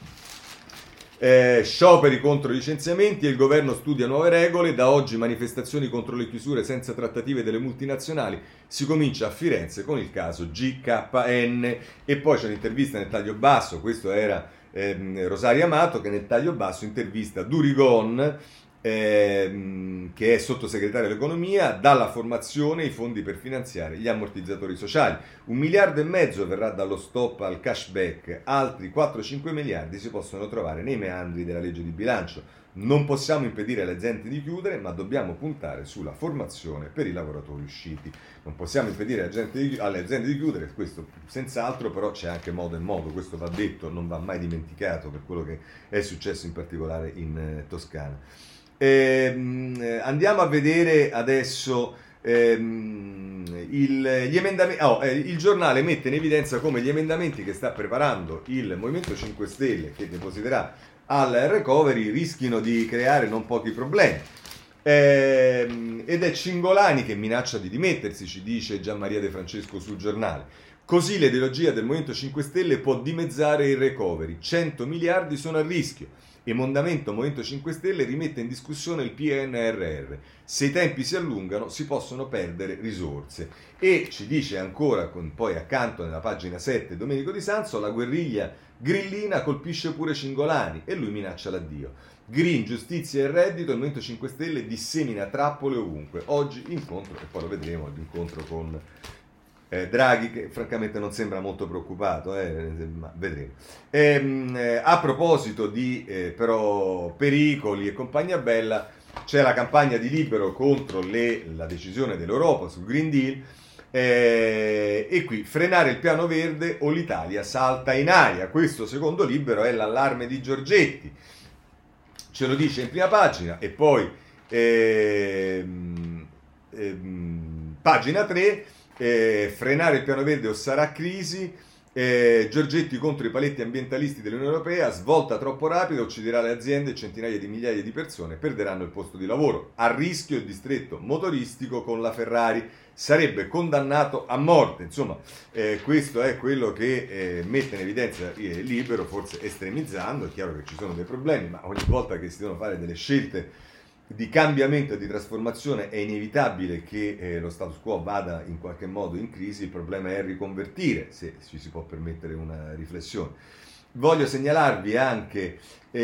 Scioperi contro i licenziamenti e il governo studia nuove regole. Da oggi manifestazioni contro le chiusure senza trattative delle multinazionali. Si comincia a Firenze con il caso GKN. E poi c'è un'intervista nel taglio basso. Questo era Rosaria Amato, che nel taglio basso intervista Durigon, che è sottosegretario all'economia, dalla formazione i fondi per finanziare gli ammortizzatori sociali. 1,5 miliardi verrà dallo stop al cashback, altri 4-5 miliardi si possono trovare nei meandri della legge di bilancio. Non possiamo impedire alle aziende di chiudere, ma dobbiamo puntare sulla formazione per i lavoratori usciti. Non possiamo impedire alle aziende di chiudere, questo senz'altro, però c'è anche modo e modo, questo va detto, non va mai dimenticato per quello che è successo in particolare in Toscana. Andiamo a vedere adesso gli emendamenti. Il giornale mette in evidenza come gli emendamenti che sta preparando il Movimento 5 Stelle, che depositerà al recovery, rischino di creare non pochi problemi. Ed è Cingolani che minaccia di dimettersi, ci dice Gianmaria De Francesco sul giornale. Così l'ideologia del Movimento 5 Stelle può dimezzare il recovery. 100 miliardi sono a rischio. Emendamento Movimento 5 Stelle rimette in discussione il PNRR. Se i tempi si allungano si possono perdere risorse. E ci dice ancora, poi accanto nella pagina 7, Domenico Di Sanzo, la guerriglia grillina colpisce pure Cingolani e lui minaccia l'addio. Green, giustizia e reddito, il Movimento 5 Stelle dissemina trappole ovunque. Oggi incontro, e poi lo vedremo, l'incontro con Draghi, che francamente non sembra molto preoccupato, ma vedremo. A proposito di però pericoli e compagnia bella, c'è la campagna di Libero contro la decisione dell'Europa sul Green Deal, e qui frenare il piano verde o l'Italia salta in aria. Questo secondo Libero è l'allarme di Giorgetti, ce lo dice in prima pagina. E poi pagina 3, frenare il piano verde o sarà crisi. Giorgetti contro i paletti ambientalisti dell'Unione Europea, svolta troppo rapida, ucciderà le aziende e centinaia di migliaia di persone perderanno il posto di lavoro. A rischio il distretto motoristico con la Ferrari, sarebbe condannato a morte. Insomma, questo è quello che mette in evidenza Libero, forse estremizzando. È chiaro che ci sono dei problemi, ma ogni volta che si devono fare delle scelte di cambiamento e di trasformazione è inevitabile che lo status quo vada in qualche modo in crisi. Il problema è riconvertire, se ci si può permettere una riflessione. Voglio segnalarvi anche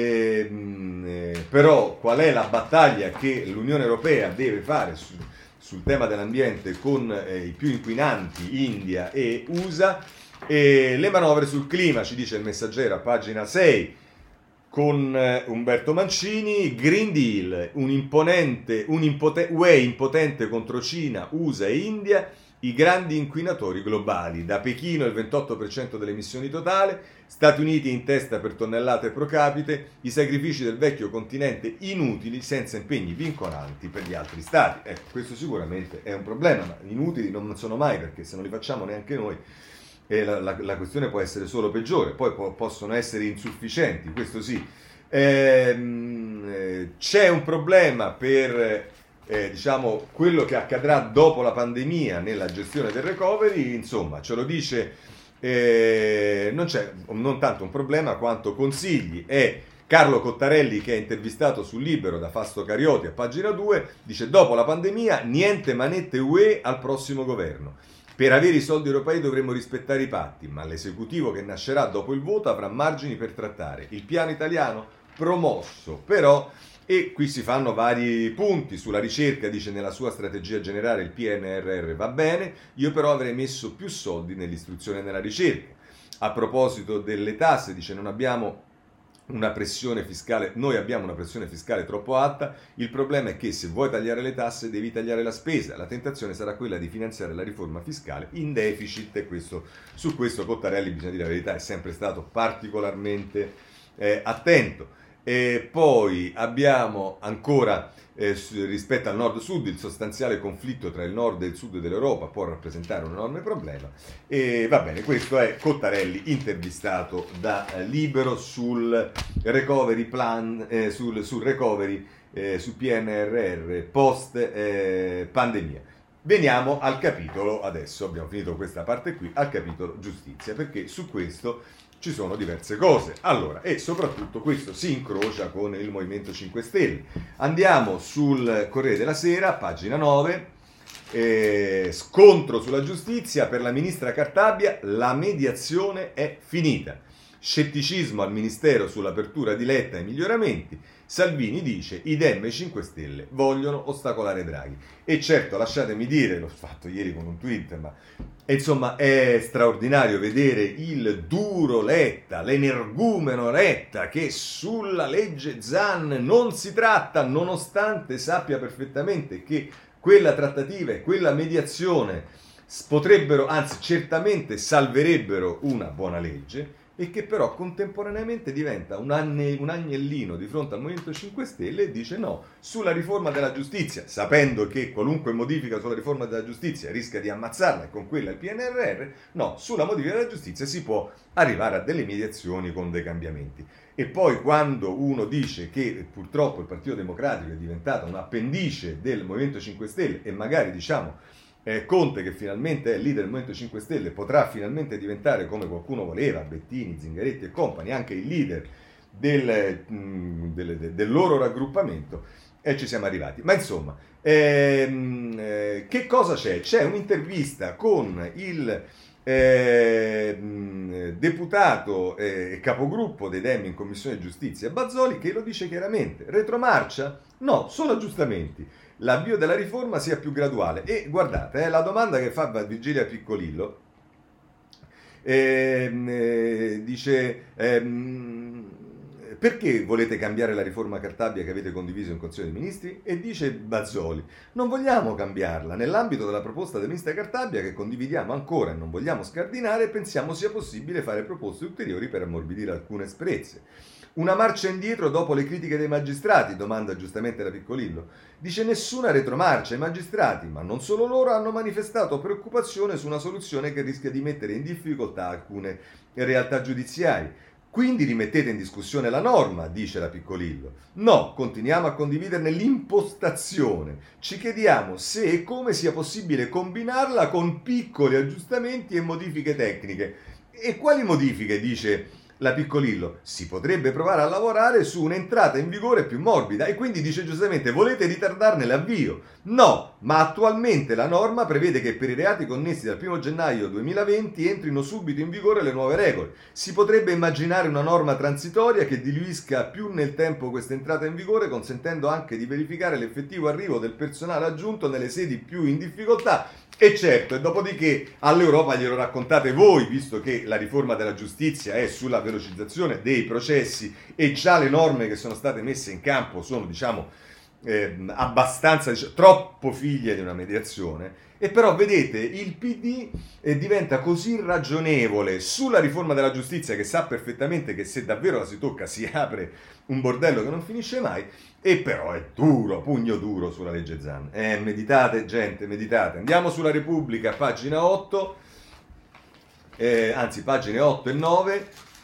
però qual è la battaglia che l'Unione Europea deve fare sul tema dell'ambiente con i più inquinanti India e USA, le manovre sul clima, ci dice il Messaggero a pagina 6. Con Umberto Mancini, Green Deal, UE impotente contro Cina, USA e India, i grandi inquinatori globali. Da Pechino il 28% delle emissioni totali, Stati Uniti in testa per tonnellate pro capite, i sacrifici del vecchio continente inutili senza impegni vincolanti per gli altri stati. Questo sicuramente è un problema, ma inutili non sono mai, perché se non li facciamo neanche noi, la questione può essere solo peggiore. Poi possono essere insufficienti, questo sì. C'è un problema per diciamo quello che accadrà dopo la pandemia nella gestione del recovery. Insomma, ce lo dice, non c'è non tanto un problema quanto consigli. È Carlo Cottarelli, che è intervistato sul Libero da Fasto Carioti a pagina 2, dice: dopo la pandemia niente manette UE al prossimo governo. Per avere i soldi europei dovremmo rispettare i patti, ma l'esecutivo che nascerà dopo il voto avrà margini per trattare. Il piano italiano promosso, però, e qui si fanno vari punti sulla ricerca, dice nella sua strategia generale il PNRR va bene, io però avrei messo più soldi nell'istruzione e nella ricerca. A proposito delle tasse, dice non abbiamo una pressione fiscale, noi abbiamo una pressione fiscale troppo alta, il problema è che se vuoi tagliare le tasse devi tagliare la spesa, la tentazione sarà quella di finanziare la riforma fiscale in deficit, e su questo Cottarelli, bisogna dire la verità, è sempre stato particolarmente attento. E poi abbiamo ancora rispetto al nord-sud il sostanziale conflitto tra il nord e il sud dell'Europa può rappresentare un enorme problema, e va bene, questo è Cottarelli intervistato da Libero sul recovery plan, sul recovery, sul PNRR post pandemia. Veniamo al capitolo, adesso abbiamo finito questa parte qui, al capitolo giustizia, perché su questo ci sono diverse cose. Allora, e soprattutto questo si incrocia con il Movimento 5 Stelle. Andiamo sul Corriere della Sera, pagina 9, scontro sulla giustizia per la ministra Cartabia, la mediazione è finita. Scetticismo al Ministero sull'apertura di Letta e miglioramenti. Salvini dice i Dem e 5 Stelle vogliono ostacolare Draghi. E certo, lasciatemi dire, l'ho fatto ieri con un tweet, ma insomma è straordinario vedere il duro Letta, l'energumeno Letta, che sulla legge Zan non si tratta, nonostante sappia perfettamente che quella trattativa e quella mediazione potrebbero, anzi certamente salverebbero una buona legge, e che però contemporaneamente diventa un agnellino di fronte al Movimento 5 Stelle e dice no, sulla riforma della giustizia, sapendo che qualunque modifica sulla riforma della giustizia rischia di ammazzarla, e con quella il PNRR, no, sulla modifica della giustizia si può arrivare a delle mediazioni con dei cambiamenti. E poi quando uno dice che purtroppo il Partito Democratico è diventato un appendice del Movimento 5 Stelle, e magari diciamo Conte, che finalmente è leader del Movimento 5 Stelle, potrà finalmente diventare, come qualcuno voleva, Bettini, Zingaretti e compagni, anche il leader del loro raggruppamento, e ci siamo arrivati. Ma insomma, che cosa c'è? C'è un'intervista con il deputato e capogruppo dei Dem in Commissione Giustizia Bazzoli, che lo dice chiaramente: retromarcia? No, solo aggiustamenti. L'avvio della riforma sia più graduale. E guardate, la domanda che fa Virgilia Piccolillo dice perché volete cambiare la riforma Cartabia che avete condiviso in Consiglio dei Ministri? E dice Bazzoli: non vogliamo cambiarla. Nell'ambito della proposta del ministro Cartabia, che condividiamo ancora e non vogliamo scardinare, pensiamo sia possibile fare proposte ulteriori per ammorbidire alcune asprezze. Una marcia indietro dopo le critiche dei magistrati? Domanda giustamente la Piccolillo. Dice nessuna retromarcia. I magistrati, ma non solo loro, hanno manifestato preoccupazione su una soluzione che rischia di mettere in difficoltà alcune realtà giudiziarie. Quindi rimettete in discussione la norma, dice la Piccolillo. No, continuiamo a condividerne l'impostazione. Ci chiediamo se e come sia possibile combinarla con piccoli aggiustamenti e modifiche tecniche. E quali modifiche, dice la Piccolillo? Si potrebbe provare a lavorare su un'entrata in vigore più morbida, e quindi dice giustamente: volete ritardarne l'avvio? No, ma attualmente la norma prevede che per i reati connessi dal 1 gennaio 2020 entrino subito in vigore le nuove regole. Si potrebbe immaginare una norma transitoria che diluisca più nel tempo questa entrata in vigore, consentendo anche di verificare l'effettivo arrivo del personale aggiunto nelle sedi più in difficoltà. E certo, e dopodiché all'Europa glielo raccontate voi, visto che la riforma della giustizia è sulla velocizzazione dei processi e già le norme che sono state messe in campo sono, diciamo, abbastanza, troppo figlie di una mediazione. E però vedete, il PD diventa così ragionevole sulla riforma della giustizia, che sa perfettamente che se davvero la si tocca si apre un bordello che non finisce mai, e però è duro, pugno duro sulla legge Zan. Meditate gente, meditate. Andiamo sulla Repubblica, pagina 8, anzi pagine 8 e 9.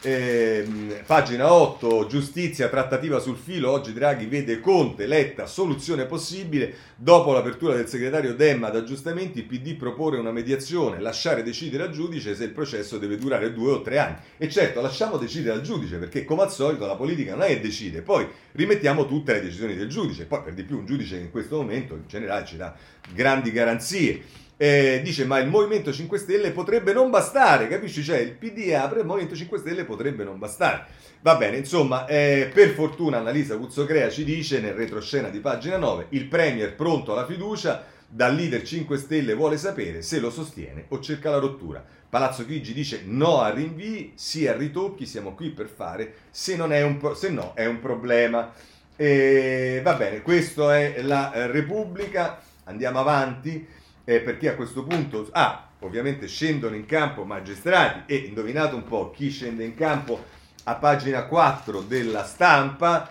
Pagina 8, giustizia, trattativa sul filo, oggi Draghi vede Conte, Letta, soluzione possibile, dopo l'apertura del segretario Demma ad aggiustamenti il PD propone una mediazione, lasciare decidere al giudice se il processo deve durare 2 o 3 anni. E certo, lasciamo decidere al giudice, perché come al solito la politica non è che decide, poi rimettiamo tutte le decisioni del giudice, poi per di più un giudice che in questo momento in generale ci dà grandi garanzie. Dice ma il Movimento 5 Stelle potrebbe non bastare, capisci? Cioè il PD apre, il Movimento 5 Stelle potrebbe non bastare. Va bene, insomma, per fortuna Annalisa Cuzzocrea ci dice nel retroscena di pagina 9, il Premier pronto alla fiducia, dal leader 5 Stelle vuole sapere se lo sostiene o cerca la rottura. Palazzo Chigi dice no a rinvii, sì a ritocchi, siamo qui per fare, se no è un problema. Va bene, questo è la Repubblica, andiamo avanti. Perché a questo punto, ovviamente scendono in campo magistrati e indovinate un po' chi scende in campo a pagina 4 della Stampa,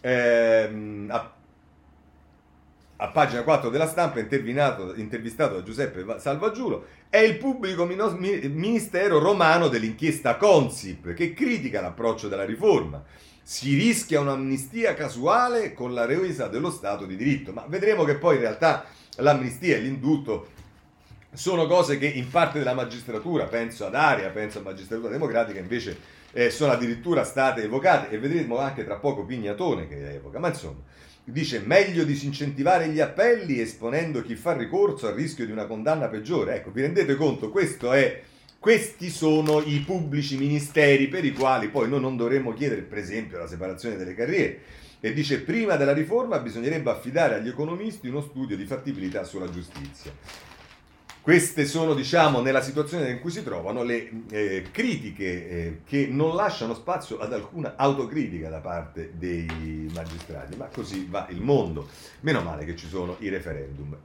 a pagina 4 della Stampa intervistato da Giuseppe Salvaggiulo, è il pubblico ministero romano dell'inchiesta Consip che critica l'approccio della riforma. Si rischia un'amnistia casuale con la resa dello Stato di diritto, ma vedremo che poi in realtà l'amnistia e l'indulto sono cose che in parte della magistratura, penso ad Aria, penso a Magistratura Democratica, invece sono addirittura state evocate, e vedremo anche tra poco Pignatone che evoca, ma insomma, dice meglio disincentivare gli appelli esponendo chi fa ricorso al rischio di una condanna peggiore. Ecco, vi rendete conto, questi sono i pubblici ministeri per i quali poi noi non dovremmo chiedere, per esempio, la separazione delle carriere. E dice prima della riforma bisognerebbe affidare agli economisti uno studio di fattibilità sulla giustizia. Queste sono, diciamo, nella situazione in cui si trovano le critiche che non lasciano spazio ad alcuna autocritica da parte dei magistrati, ma così va il mondo. Meno male che ci sono i referendum.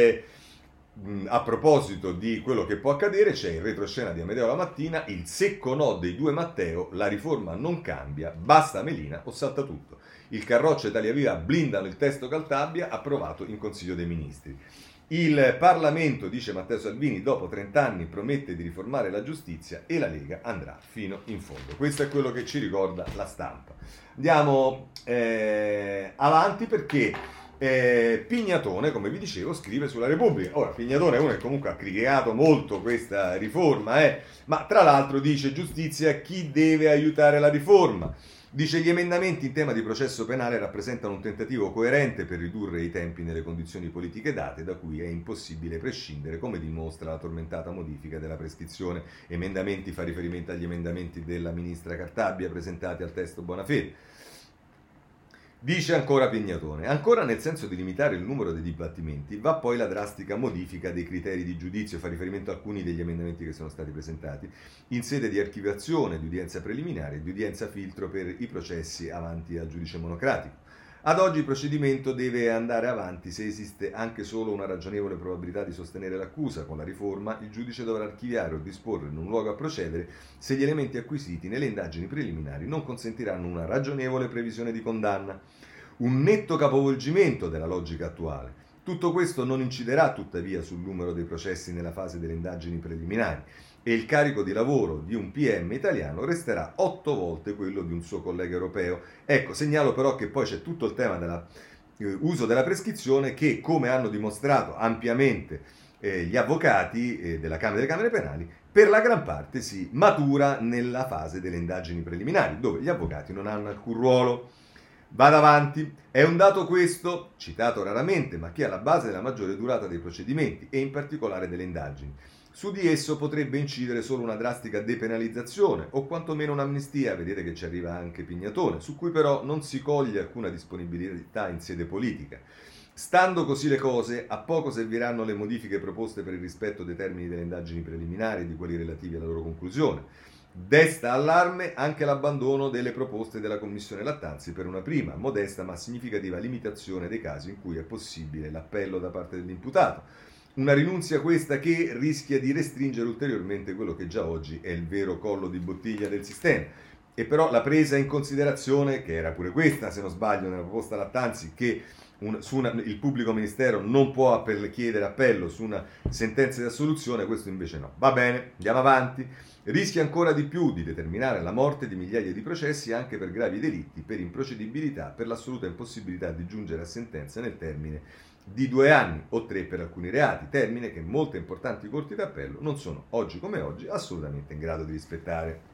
A proposito di quello che può accadere, c'è il retroscena di Amedeo la mattina, il secco no dei due Matteo, la riforma non cambia, basta Melina o salta tutto. Il Carroccio e Italia Viva blindano il testo Caltabria, approvato in Consiglio dei Ministri. Il Parlamento, dice Matteo Salvini, dopo 30 anni promette di riformare la giustizia e la Lega andrà fino in fondo. Questo è quello che ci ricorda la Stampa. Andiamo avanti perché Pignatone, come vi dicevo, scrive sulla Repubblica. Ora, Pignatone è uno che comunque ha criticato molto questa riforma, ma tra l'altro dice giustizia, chi deve aiutare la riforma? Dice gli emendamenti in tema di processo penale rappresentano un tentativo coerente per ridurre i tempi nelle condizioni politiche date, da cui è impossibile prescindere, come dimostra la tormentata modifica della prescrizione. Emendamenti fa riferimento agli emendamenti della ministra Cartabia presentati al testo Bonafede. Dice ancora Pignatone, ancora nel senso di limitare il numero dei dibattimenti, va poi la drastica modifica dei criteri di giudizio, fa riferimento a alcuni degli emendamenti che sono stati presentati, in sede di archiviazione, di udienza preliminare e di udienza filtro per i processi avanti al giudice monocratico. Ad oggi il procedimento deve andare avanti se esiste anche solo una ragionevole probabilità di sostenere l'accusa. Con la riforma il giudice dovrà archiviare o disporre in un luogo a procedere se gli elementi acquisiti nelle indagini preliminari non consentiranno una ragionevole previsione di condanna. Un netto capovolgimento della logica attuale. Tutto questo non inciderà tuttavia sul numero dei processi nella fase delle indagini preliminari e il carico di lavoro di un PM italiano resterà 8 volte quello di un suo collega europeo. Ecco, segnalo però che poi c'è tutto il tema dell'uso della prescrizione che, come hanno dimostrato ampiamente gli avvocati della Camera delle Camere Penali, per la gran parte si matura nella fase delle indagini preliminari, dove gli avvocati non hanno alcun ruolo. Vado avanti. È un dato questo, citato raramente, ma che è alla base della maggiore durata dei procedimenti e in particolare delle indagini. Su di esso potrebbe incidere solo una drastica depenalizzazione o quantomeno un'amnistia, vedete che ci arriva anche Pignatone, su cui però non si coglie alcuna disponibilità in sede politica. Stando così le cose, a poco serviranno le modifiche proposte per il rispetto dei termini delle indagini preliminari e di quelli relativi alla loro conclusione. Desta allarme anche l'abbandono delle proposte della Commissione Lattanzi per una prima, modesta ma significativa limitazione dei casi in cui è possibile l'appello da parte dell'imputato. Una rinunzia questa che rischia di restringere ulteriormente quello che già oggi è il vero collo di bottiglia del sistema. E però la presa in considerazione, che era pure questa, se non sbaglio, nella proposta Lattanzi, che il pubblico ministero non può chiedere appello su una sentenza di assoluzione, questo invece no. Va bene, andiamo avanti. rischia ancora di più di determinare la morte di migliaia di processi anche per gravi delitti, per improcedibilità, per l'assoluta impossibilità di giungere a sentenza nel termine di 2 anni o 3 per alcuni reati, termine che molte importanti corti d'appello non sono, oggi come oggi, assolutamente in grado di rispettare.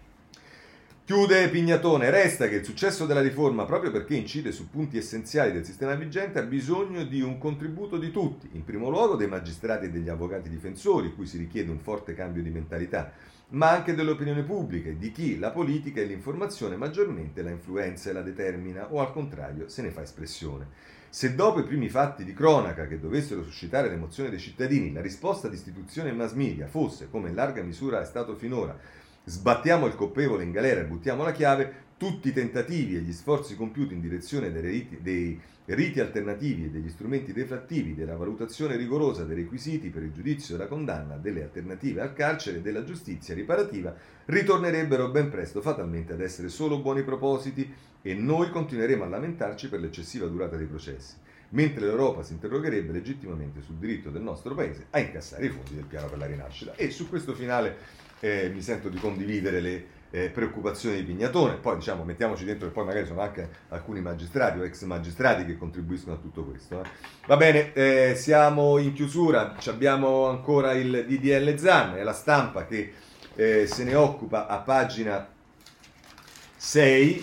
Chiude Pignatone, resta che il successo della riforma, proprio perché incide su punti essenziali del sistema vigente, ha bisogno di un contributo di tutti, in primo luogo dei magistrati e degli avvocati difensori, cui si richiede un forte cambio di mentalità, ma anche dell'opinione pubblica, di chi la politica e l'informazione maggiormente la influenza e la determina, o al contrario se ne fa espressione. Se dopo i primi fatti di cronaca che dovessero suscitare l'emozione dei cittadini, la risposta di istituzioni e mass media fosse, come in larga misura è stato finora, sbattiamo il colpevole in galera e buttiamo la chiave, tutti i tentativi e gli sforzi compiuti in direzione dei riti alternativi e degli strumenti deflattivi, della valutazione rigorosa dei requisiti per il giudizio e la condanna, delle alternative al carcere e della giustizia riparativa, ritornerebbero ben presto fatalmente ad essere solo buoni propositi e noi continueremo a lamentarci per l'eccessiva durata dei processi, mentre l'Europa si interrogherebbe legittimamente sul diritto del nostro Paese a incassare i fondi del piano per la rinascita. E su questo finale mi sento di condividere le preoccupazioni di Pignatone. Poi diciamo, mettiamoci dentro che poi magari sono anche alcuni magistrati o ex magistrati che contribuiscono a tutto questo. Va bene, siamo in chiusura, abbiamo ancora il DDL Zan, è La Stampa che se ne occupa a pagina 6,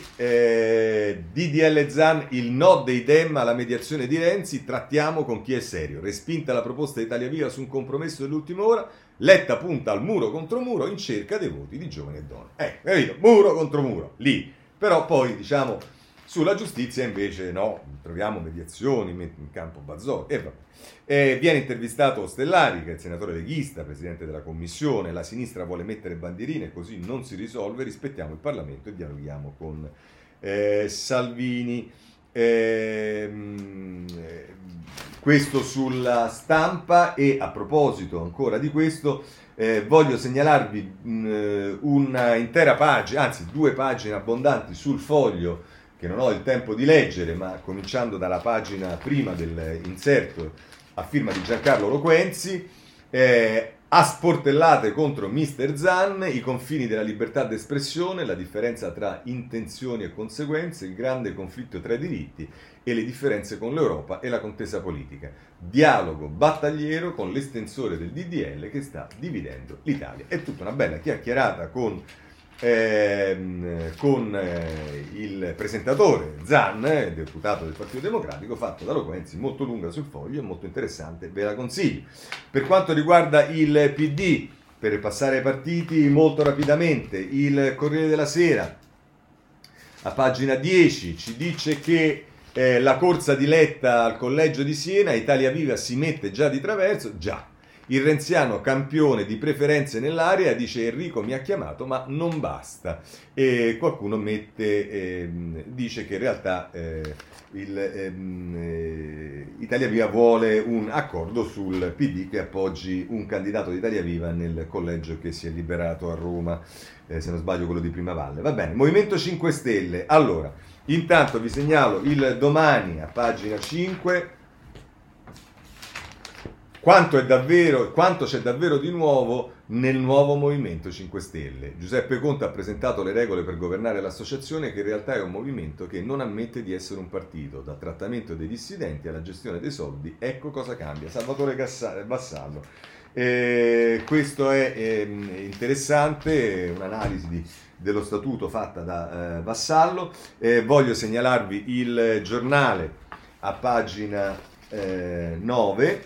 DDL Zan, il no dei Dem alla mediazione di Renzi, trattiamo con chi è serio, respinta la proposta di Italia Viva su un compromesso dell'ultima ora, Letta punta al muro contro muro in cerca dei voti di giovani e donne. Capito? Muro contro muro, lì. Però poi, diciamo, sulla giustizia invece no, troviamo mediazioni, in campo Bazzoli. Viene intervistato Ostellari, che è il senatore leghista, presidente della commissione, la sinistra vuole mettere bandierine, così non si risolve, rispettiamo il Parlamento e dialoghiamo con Salvini. Questo sulla Stampa. E a proposito ancora di questo voglio segnalarvi una intera pagina, anzi 2 pagine abbondanti sul Foglio che non ho il tempo di leggere, ma cominciando dalla pagina prima dell'inserto a firma di Giancarlo Loquenzi, a sportellate contro Mr. Zan, i confini della libertà d'espressione, la differenza tra intenzioni e conseguenze, il grande conflitto tra i diritti e le differenze con l'Europa e la contesa politica. Dialogo battagliero con l'estensore del DDL che sta dividendo l'Italia. È tutta una bella chiacchierata con il presentatore Zan, deputato del Partito Democratico, fatto da Loquenzi, molto lunga sul Foglio e molto interessante, ve la consiglio. Per quanto riguarda il PD, per passare ai partiti molto rapidamente, il Corriere della Sera a pagina 10 ci dice che la corsa di Letta al collegio di Siena, Italia Viva si mette già di traverso, già. Il renziano campione di preferenze nell'area, dice Enrico mi ha chiamato ma non basta, e qualcuno dice che in realtà Italia Viva vuole un accordo sul PD che appoggi un candidato di Italia Viva nel collegio che si è liberato a Roma, se non sbaglio quello di Primavalle. Va bene, Movimento 5 Stelle, allora intanto vi segnalo il Domani a pagina 5. Quanto c'è davvero di nuovo nel nuovo Movimento 5 Stelle. Giuseppe Conte ha presentato le regole per governare l'associazione, che in realtà è un movimento che non ammette di essere un partito. Dal trattamento dei dissidenti alla gestione dei soldi, ecco cosa cambia. Salvatore Vassallo. Questo è interessante, un'analisi dello statuto fatta da Vassallo. Voglio segnalarvi il Giornale a pagina 9.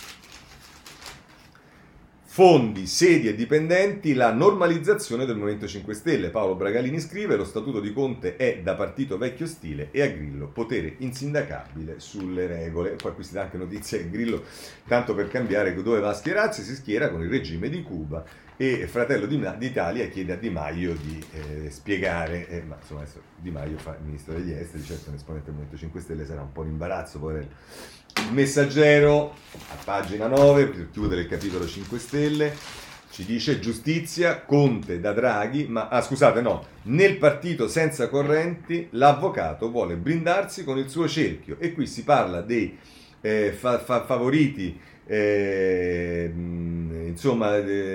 Fondi, sedi e dipendenti, la normalizzazione del Movimento 5 Stelle. Paolo Bragalini scrive: lo statuto di Conte è da partito vecchio stile e a Grillo potere insindacabile sulle regole. Poi qui si dà anche notizia che Grillo, tanto per cambiare dove va a schierarsi, si schiera con il regime di Cuba, e Fratello d'Italia chiede a Di Maio di spiegare, ma insomma adesso Di Maio fa il ministro degli esteri, certo un esponente del Movimento 5 Stelle sarà un po' in imbarazzo, poverello. Il Messaggero, a pagina 9, per chiudere il capitolo 5 Stelle, ci dice giustizia, Conte da Draghi, nel partito senza correnti l'avvocato vuole blindarsi con il suo cerchio, e qui si parla dei favoriti insomma,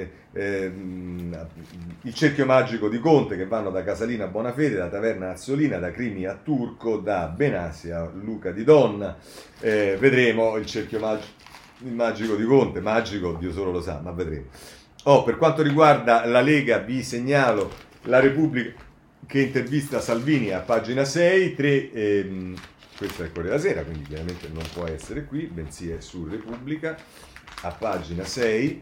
il cerchio magico di Conte, che vanno da Casalina a Bonafede, da Taverna a Azzolina, da Crimi a Turco, da Benassi a Luca di Donna. Vedremo il cerchio magico di Conte, magico Dio solo lo sa, ma vedremo. Per quanto riguarda la Lega, vi segnalo la Repubblica che intervista Salvini a pagina 6, questo è il Corriere della Sera, quindi chiaramente non può essere qui, bensì è su Repubblica, a pagina 6.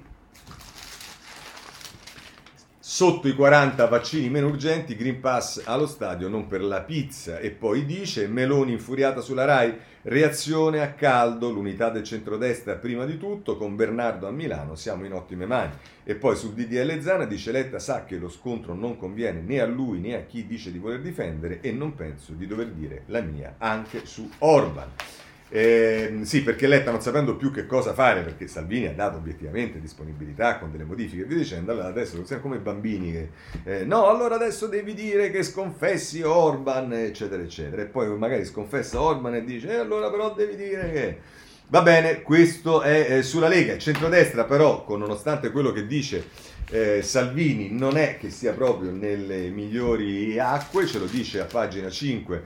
Sotto i 40 vaccini meno urgenti, Green Pass allo stadio, non per la pizza. E poi dice, Meloni infuriata sulla Rai, reazione a caldo, l'unità del centrodestra prima di tutto, con Bernardo a Milano siamo in ottime mani. E poi sul DDL Zana dice, Letta sa che lo scontro non conviene né a lui né a chi dice di voler difendere e non penso di dover dire la mia anche su Orban. Sì, perché Letta non sapendo più che cosa fare, perché Salvini ha dato obiettivamente disponibilità con delle modifiche e via dicendo, allora adesso siamo come bambini che no, allora adesso devi dire che sconfessi Orban, eccetera eccetera, e poi magari sconfessa Orban e dice allora però devi dire che va bene. Questo è sulla Lega. Il centrodestra però, nonostante quello che dice Salvini, non è che sia proprio nelle migliori acque, ce lo dice a pagina 5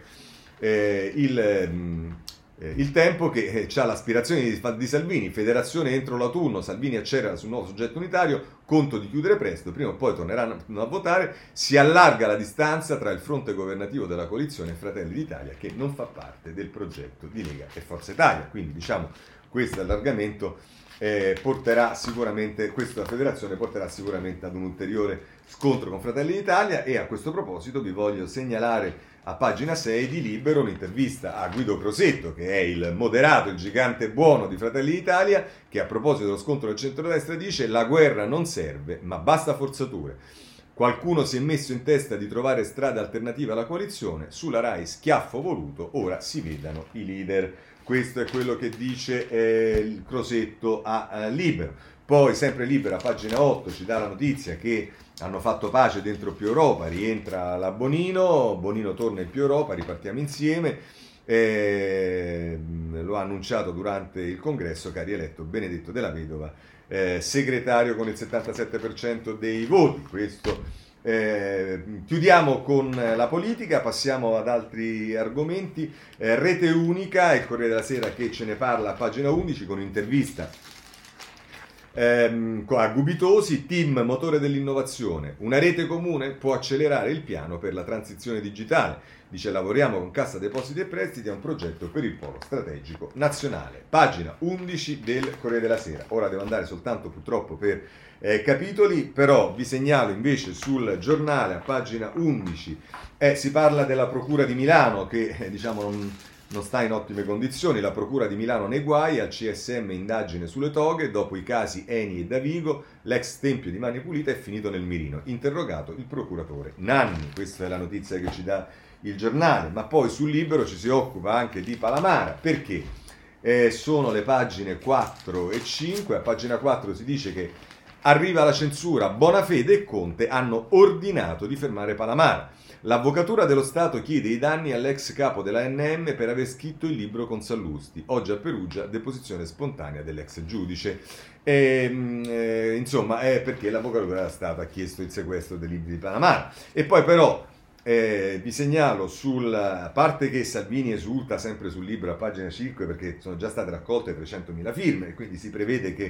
il Tempo, che ha l'aspirazione di Salvini, federazione entro l'autunno, Salvini accelera sul nuovo soggetto unitario, conto di chiudere presto, prima o poi torneranno a votare, si allarga la distanza tra il fronte governativo della coalizione e Fratelli d'Italia, che non fa parte del progetto di Lega e Forza Italia, quindi diciamo questo allargamento porterà sicuramente, questa federazione porterà sicuramente ad un ulteriore scontro con Fratelli d'Italia. E a questo proposito vi voglio segnalare a pagina 6 di Libero un'intervista a Guido Crosetto, che è il moderato, il gigante buono di Fratelli d'Italia, che a proposito dello scontro del centrodestra dice: la guerra non serve, ma basta forzature. Qualcuno si è messo in testa di trovare strade alternative alla coalizione, sulla Rai schiaffo voluto, ora si vedano i leader. Questo è quello che dice il Crosetto a Libero. Poi sempre Libero a pagina 8 ci dà la notizia che hanno fatto pace dentro Più Europa, rientra la Bonino torna in Più Europa, ripartiamo insieme, lo ha annunciato durante il congresso, che ha rieletto Benedetto Della Vedova segretario con il 77% dei voti. Questo chiudiamo con la politica, passiamo ad altri argomenti. Rete unica, il Corriere della Sera che ce ne parla a pagina 11 con un'intervista a Gubitosi, team motore dell'innovazione, una rete comune può accelerare il piano per la transizione digitale, dice lavoriamo con Cassa Depositi e Prestiti a un progetto per il polo strategico nazionale. Pagina 11 del Corriere della Sera. Ora devo andare soltanto purtroppo per capitoli, però vi segnalo invece sul Giornale a pagina 11 si parla della Procura di Milano che diciamo non sta in ottime condizioni. La Procura di Milano nei guai, al CSM indagine sulle toghe, dopo i casi Eni e Davigo, l'ex Tempio di Mani Pulite è finito nel mirino, interrogato il procuratore Nanni. Questa è la notizia che ci dà il Giornale, ma poi sul Libero ci si occupa anche di Palamara, perché sono le pagine 4 e 5, a pagina 4 si dice che arriva la censura, Bonafede e Conte hanno ordinato di fermare Palamara. L'Avvocatura dello Stato chiede i danni all'ex capo della NM per aver scritto il libro con Sallusti. Oggi a Perugia, deposizione spontanea dell'ex giudice. Insomma, è perché l'Avvocatura dello Stato ha chiesto il sequestro dei libri di Palamara. E poi però vi segnalo a parte che Salvini esulta sempre sul libro a pagina 5 perché sono già state raccolte 300.000 firme e quindi si prevede che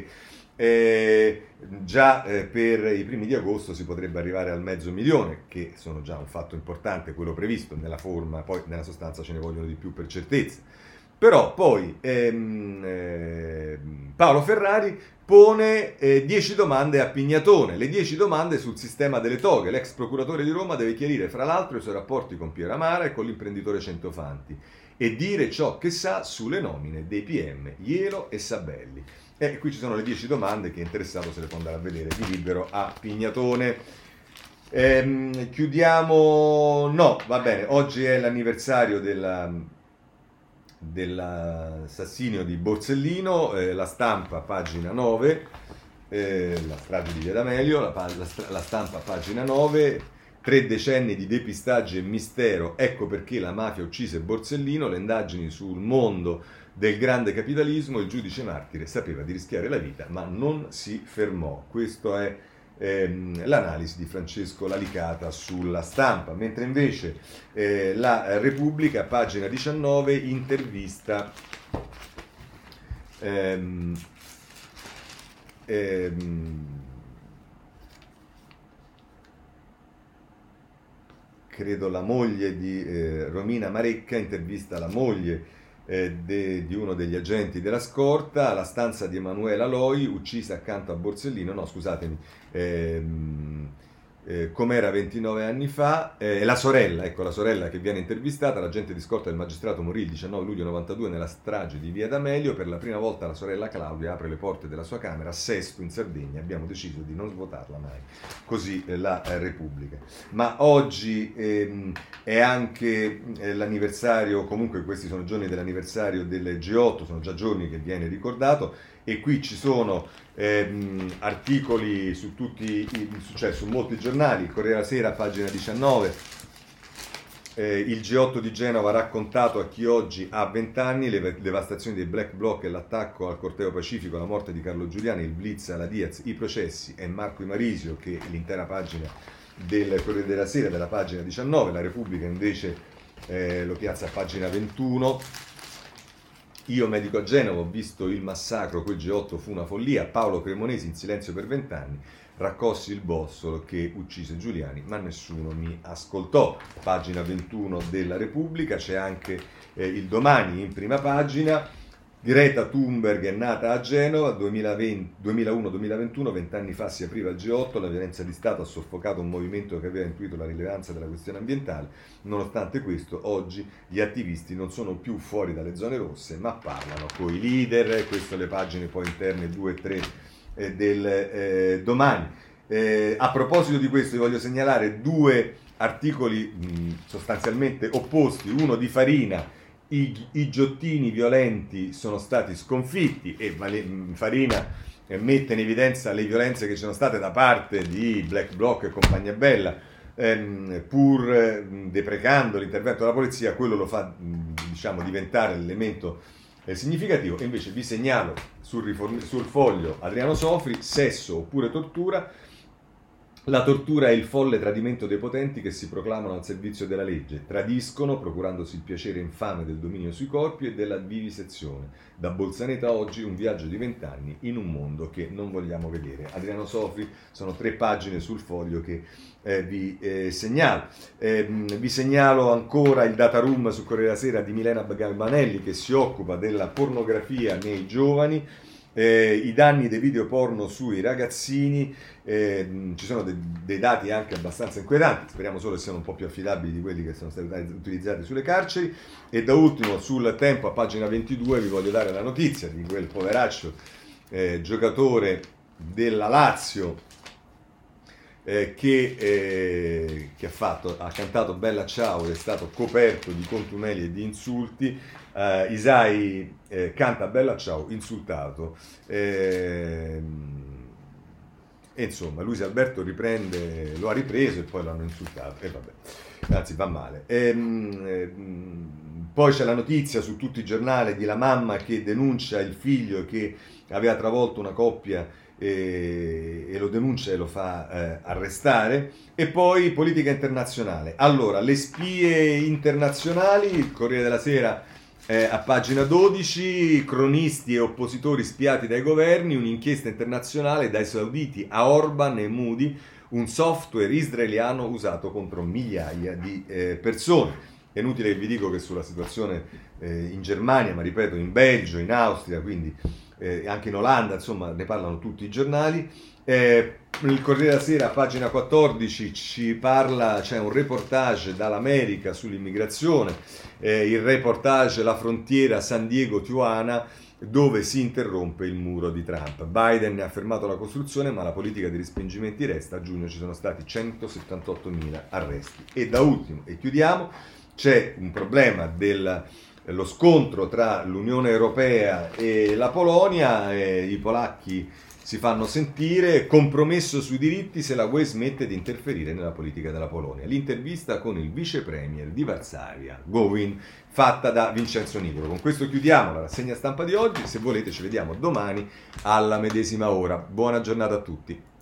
già per i primi di agosto si potrebbe arrivare al 500.000, che sono già un fatto importante, quello previsto nella forma, poi nella sostanza ce ne vogliono di più per certezza. Però poi Paolo Ferrari pone 10 domande a Pignatone, le 10 domande sul sistema delle toghe. L'ex procuratore di Roma deve chiarire fra l'altro i suoi rapporti con Piero Amara e con l'imprenditore Centofanti e dire ciò che sa sulle nomine dei PM Ielo e Sabelli. E qui ci sono le 10 domande, che è interessato se le può andare a vedere di Libero a Pignatone. Chiudiamo, no, va bene, oggi è l'anniversario dell'assassinio di Borsellino, La Stampa pagina 9, la strage di Via D'Amelio, la Stampa pagina 9, 3 decenni di depistaggi e mistero, ecco perché la mafia uccise Borsellino, le indagini sul mondo del grande capitalismo, il giudice martire sapeva di rischiare la vita, ma non si fermò. Questo è l'analisi di Francesco Lalicata sulla Stampa, mentre invece la Repubblica, pagina 19, intervista credo la moglie di Romina Marecca, intervista la moglie di uno degli agenti della scorta, la stanza di Emanuela Loi, uccisa accanto a Borsellino, no scusatemi, com'era 29 anni fa, la sorella che viene intervistata, l'agente di scorta del magistrato morì il 19 luglio 92 nella strage di Via D'Amelio, per la prima volta la sorella Claudia apre le porte della sua camera a Sesto in Sardegna, abbiamo deciso di non svuotarla mai, così la Repubblica. Ma oggi è anche l'anniversario, comunque questi sono giorni dell'anniversario del G8, sono già giorni che viene ricordato, e qui ci sono articoli su cioè su molti giornali. Il Corriere della Sera, pagina 19, il G8 di Genova ha raccontato a chi oggi ha 20 anni le devastazioni dei Black Bloc e l'attacco al corteo pacifico, la morte di Carlo Giuliani, il blitz alla Diaz, i processi, e Marco Imarisio, che è l'intera pagina del Corriere della Sera, della pagina 19. La Repubblica invece lo piazza a pagina 21. Io medico a Genova, ho visto il massacro, quel G8 fu una follia. Paolo Cremonesi in silenzio per 20 anni, raccossi il bossolo che uccise Giuliani, ma nessuno mi ascoltò. Pagina 21 della Repubblica, c'è anche il Domani in prima pagina. Greta Thunberg è nata a Genova, 2001-2021, 20 anni fa si apriva il G8, la violenza di Stato ha soffocato un movimento che aveva intuito la rilevanza della questione ambientale. Nonostante questo, oggi gli attivisti non sono più fuori dalle zone rosse, ma parlano con i leader. Queste le pagine poi interne 2 e 3 del Domani. A proposito di questo, vi voglio segnalare 2 articoli sostanzialmente opposti, uno di Farina. I giottini violenti sono stati sconfitti, e Farina mette in evidenza le violenze che ci sono state da parte di Black Bloc e compagnia bella, pur deprecando l'intervento della polizia. Quello lo fa diventare l'elemento significativo. E invece vi segnalo sul Foglio Adriano Sofri, sesso oppure tortura. La tortura è il folle tradimento dei potenti che si proclamano al servizio della legge, tradiscono procurandosi il piacere infame del dominio sui corpi e della vivisezione. Da Bolzaneta oggi un viaggio di 20 anni in un mondo che non vogliamo vedere. Adriano Sofri, sono 3 pagine sul Foglio che vi segnalo. Vi segnalo ancora il data room sul Corriere della Sera di Milena Garbanelli, che si occupa della pornografia nei giovani. I danni dei video porno sui ragazzini, ci sono dei dati anche abbastanza inquietanti, speriamo solo che siano un po' più affidabili di quelli che sono stati utilizzati sulle carceri. E da ultimo sul Tempo, a pagina 22, vi voglio dare la notizia di quel poveraccio giocatore della Lazio che ha cantato Bella Ciao ed è stato coperto di contumeli e di insulti. Isai canta Bella Ciao insultato, e insomma Luis Alberto lo ha ripreso e poi l'hanno insultato, e vabbè, anzi va male. Poi c'è la notizia su tutti i giornali di la mamma che denuncia il figlio che aveva travolto una coppia e lo denuncia e lo fa arrestare. E poi politica internazionale. Allora, le spie internazionali, il Corriere della Sera a pagina 12, cronisti e oppositori spiati dai governi, un'inchiesta internazionale dai sauditi a Orban e Moody, un software israeliano usato contro migliaia di persone. È inutile che vi dico che sulla situazione in Germania, ma ripeto in Belgio, in Austria, quindi anche in Olanda, insomma ne parlano tutti i giornali. Il Corriere della Sera, pagina 14, ci parla, c'è un reportage dall'America sull'immigrazione, il reportage La frontiera San Diego-Tijuana, dove si interrompe il muro di Trump. Biden ne ha fermato la costruzione, ma la politica di respingimenti resta. A giugno ci sono stati 178.000 arresti. E da ultimo, e chiudiamo, c'è un problema lo scontro tra l'Unione Europea e la Polonia. I polacchi si fanno sentire, compromesso sui diritti se la UE smette di interferire nella politica della Polonia. L'intervista con il vice premier di Varsavia, Gowin, fatta da Vincenzo Nicolo. Con questo chiudiamo la rassegna stampa di oggi, se volete ci vediamo domani alla medesima ora. Buona giornata a tutti.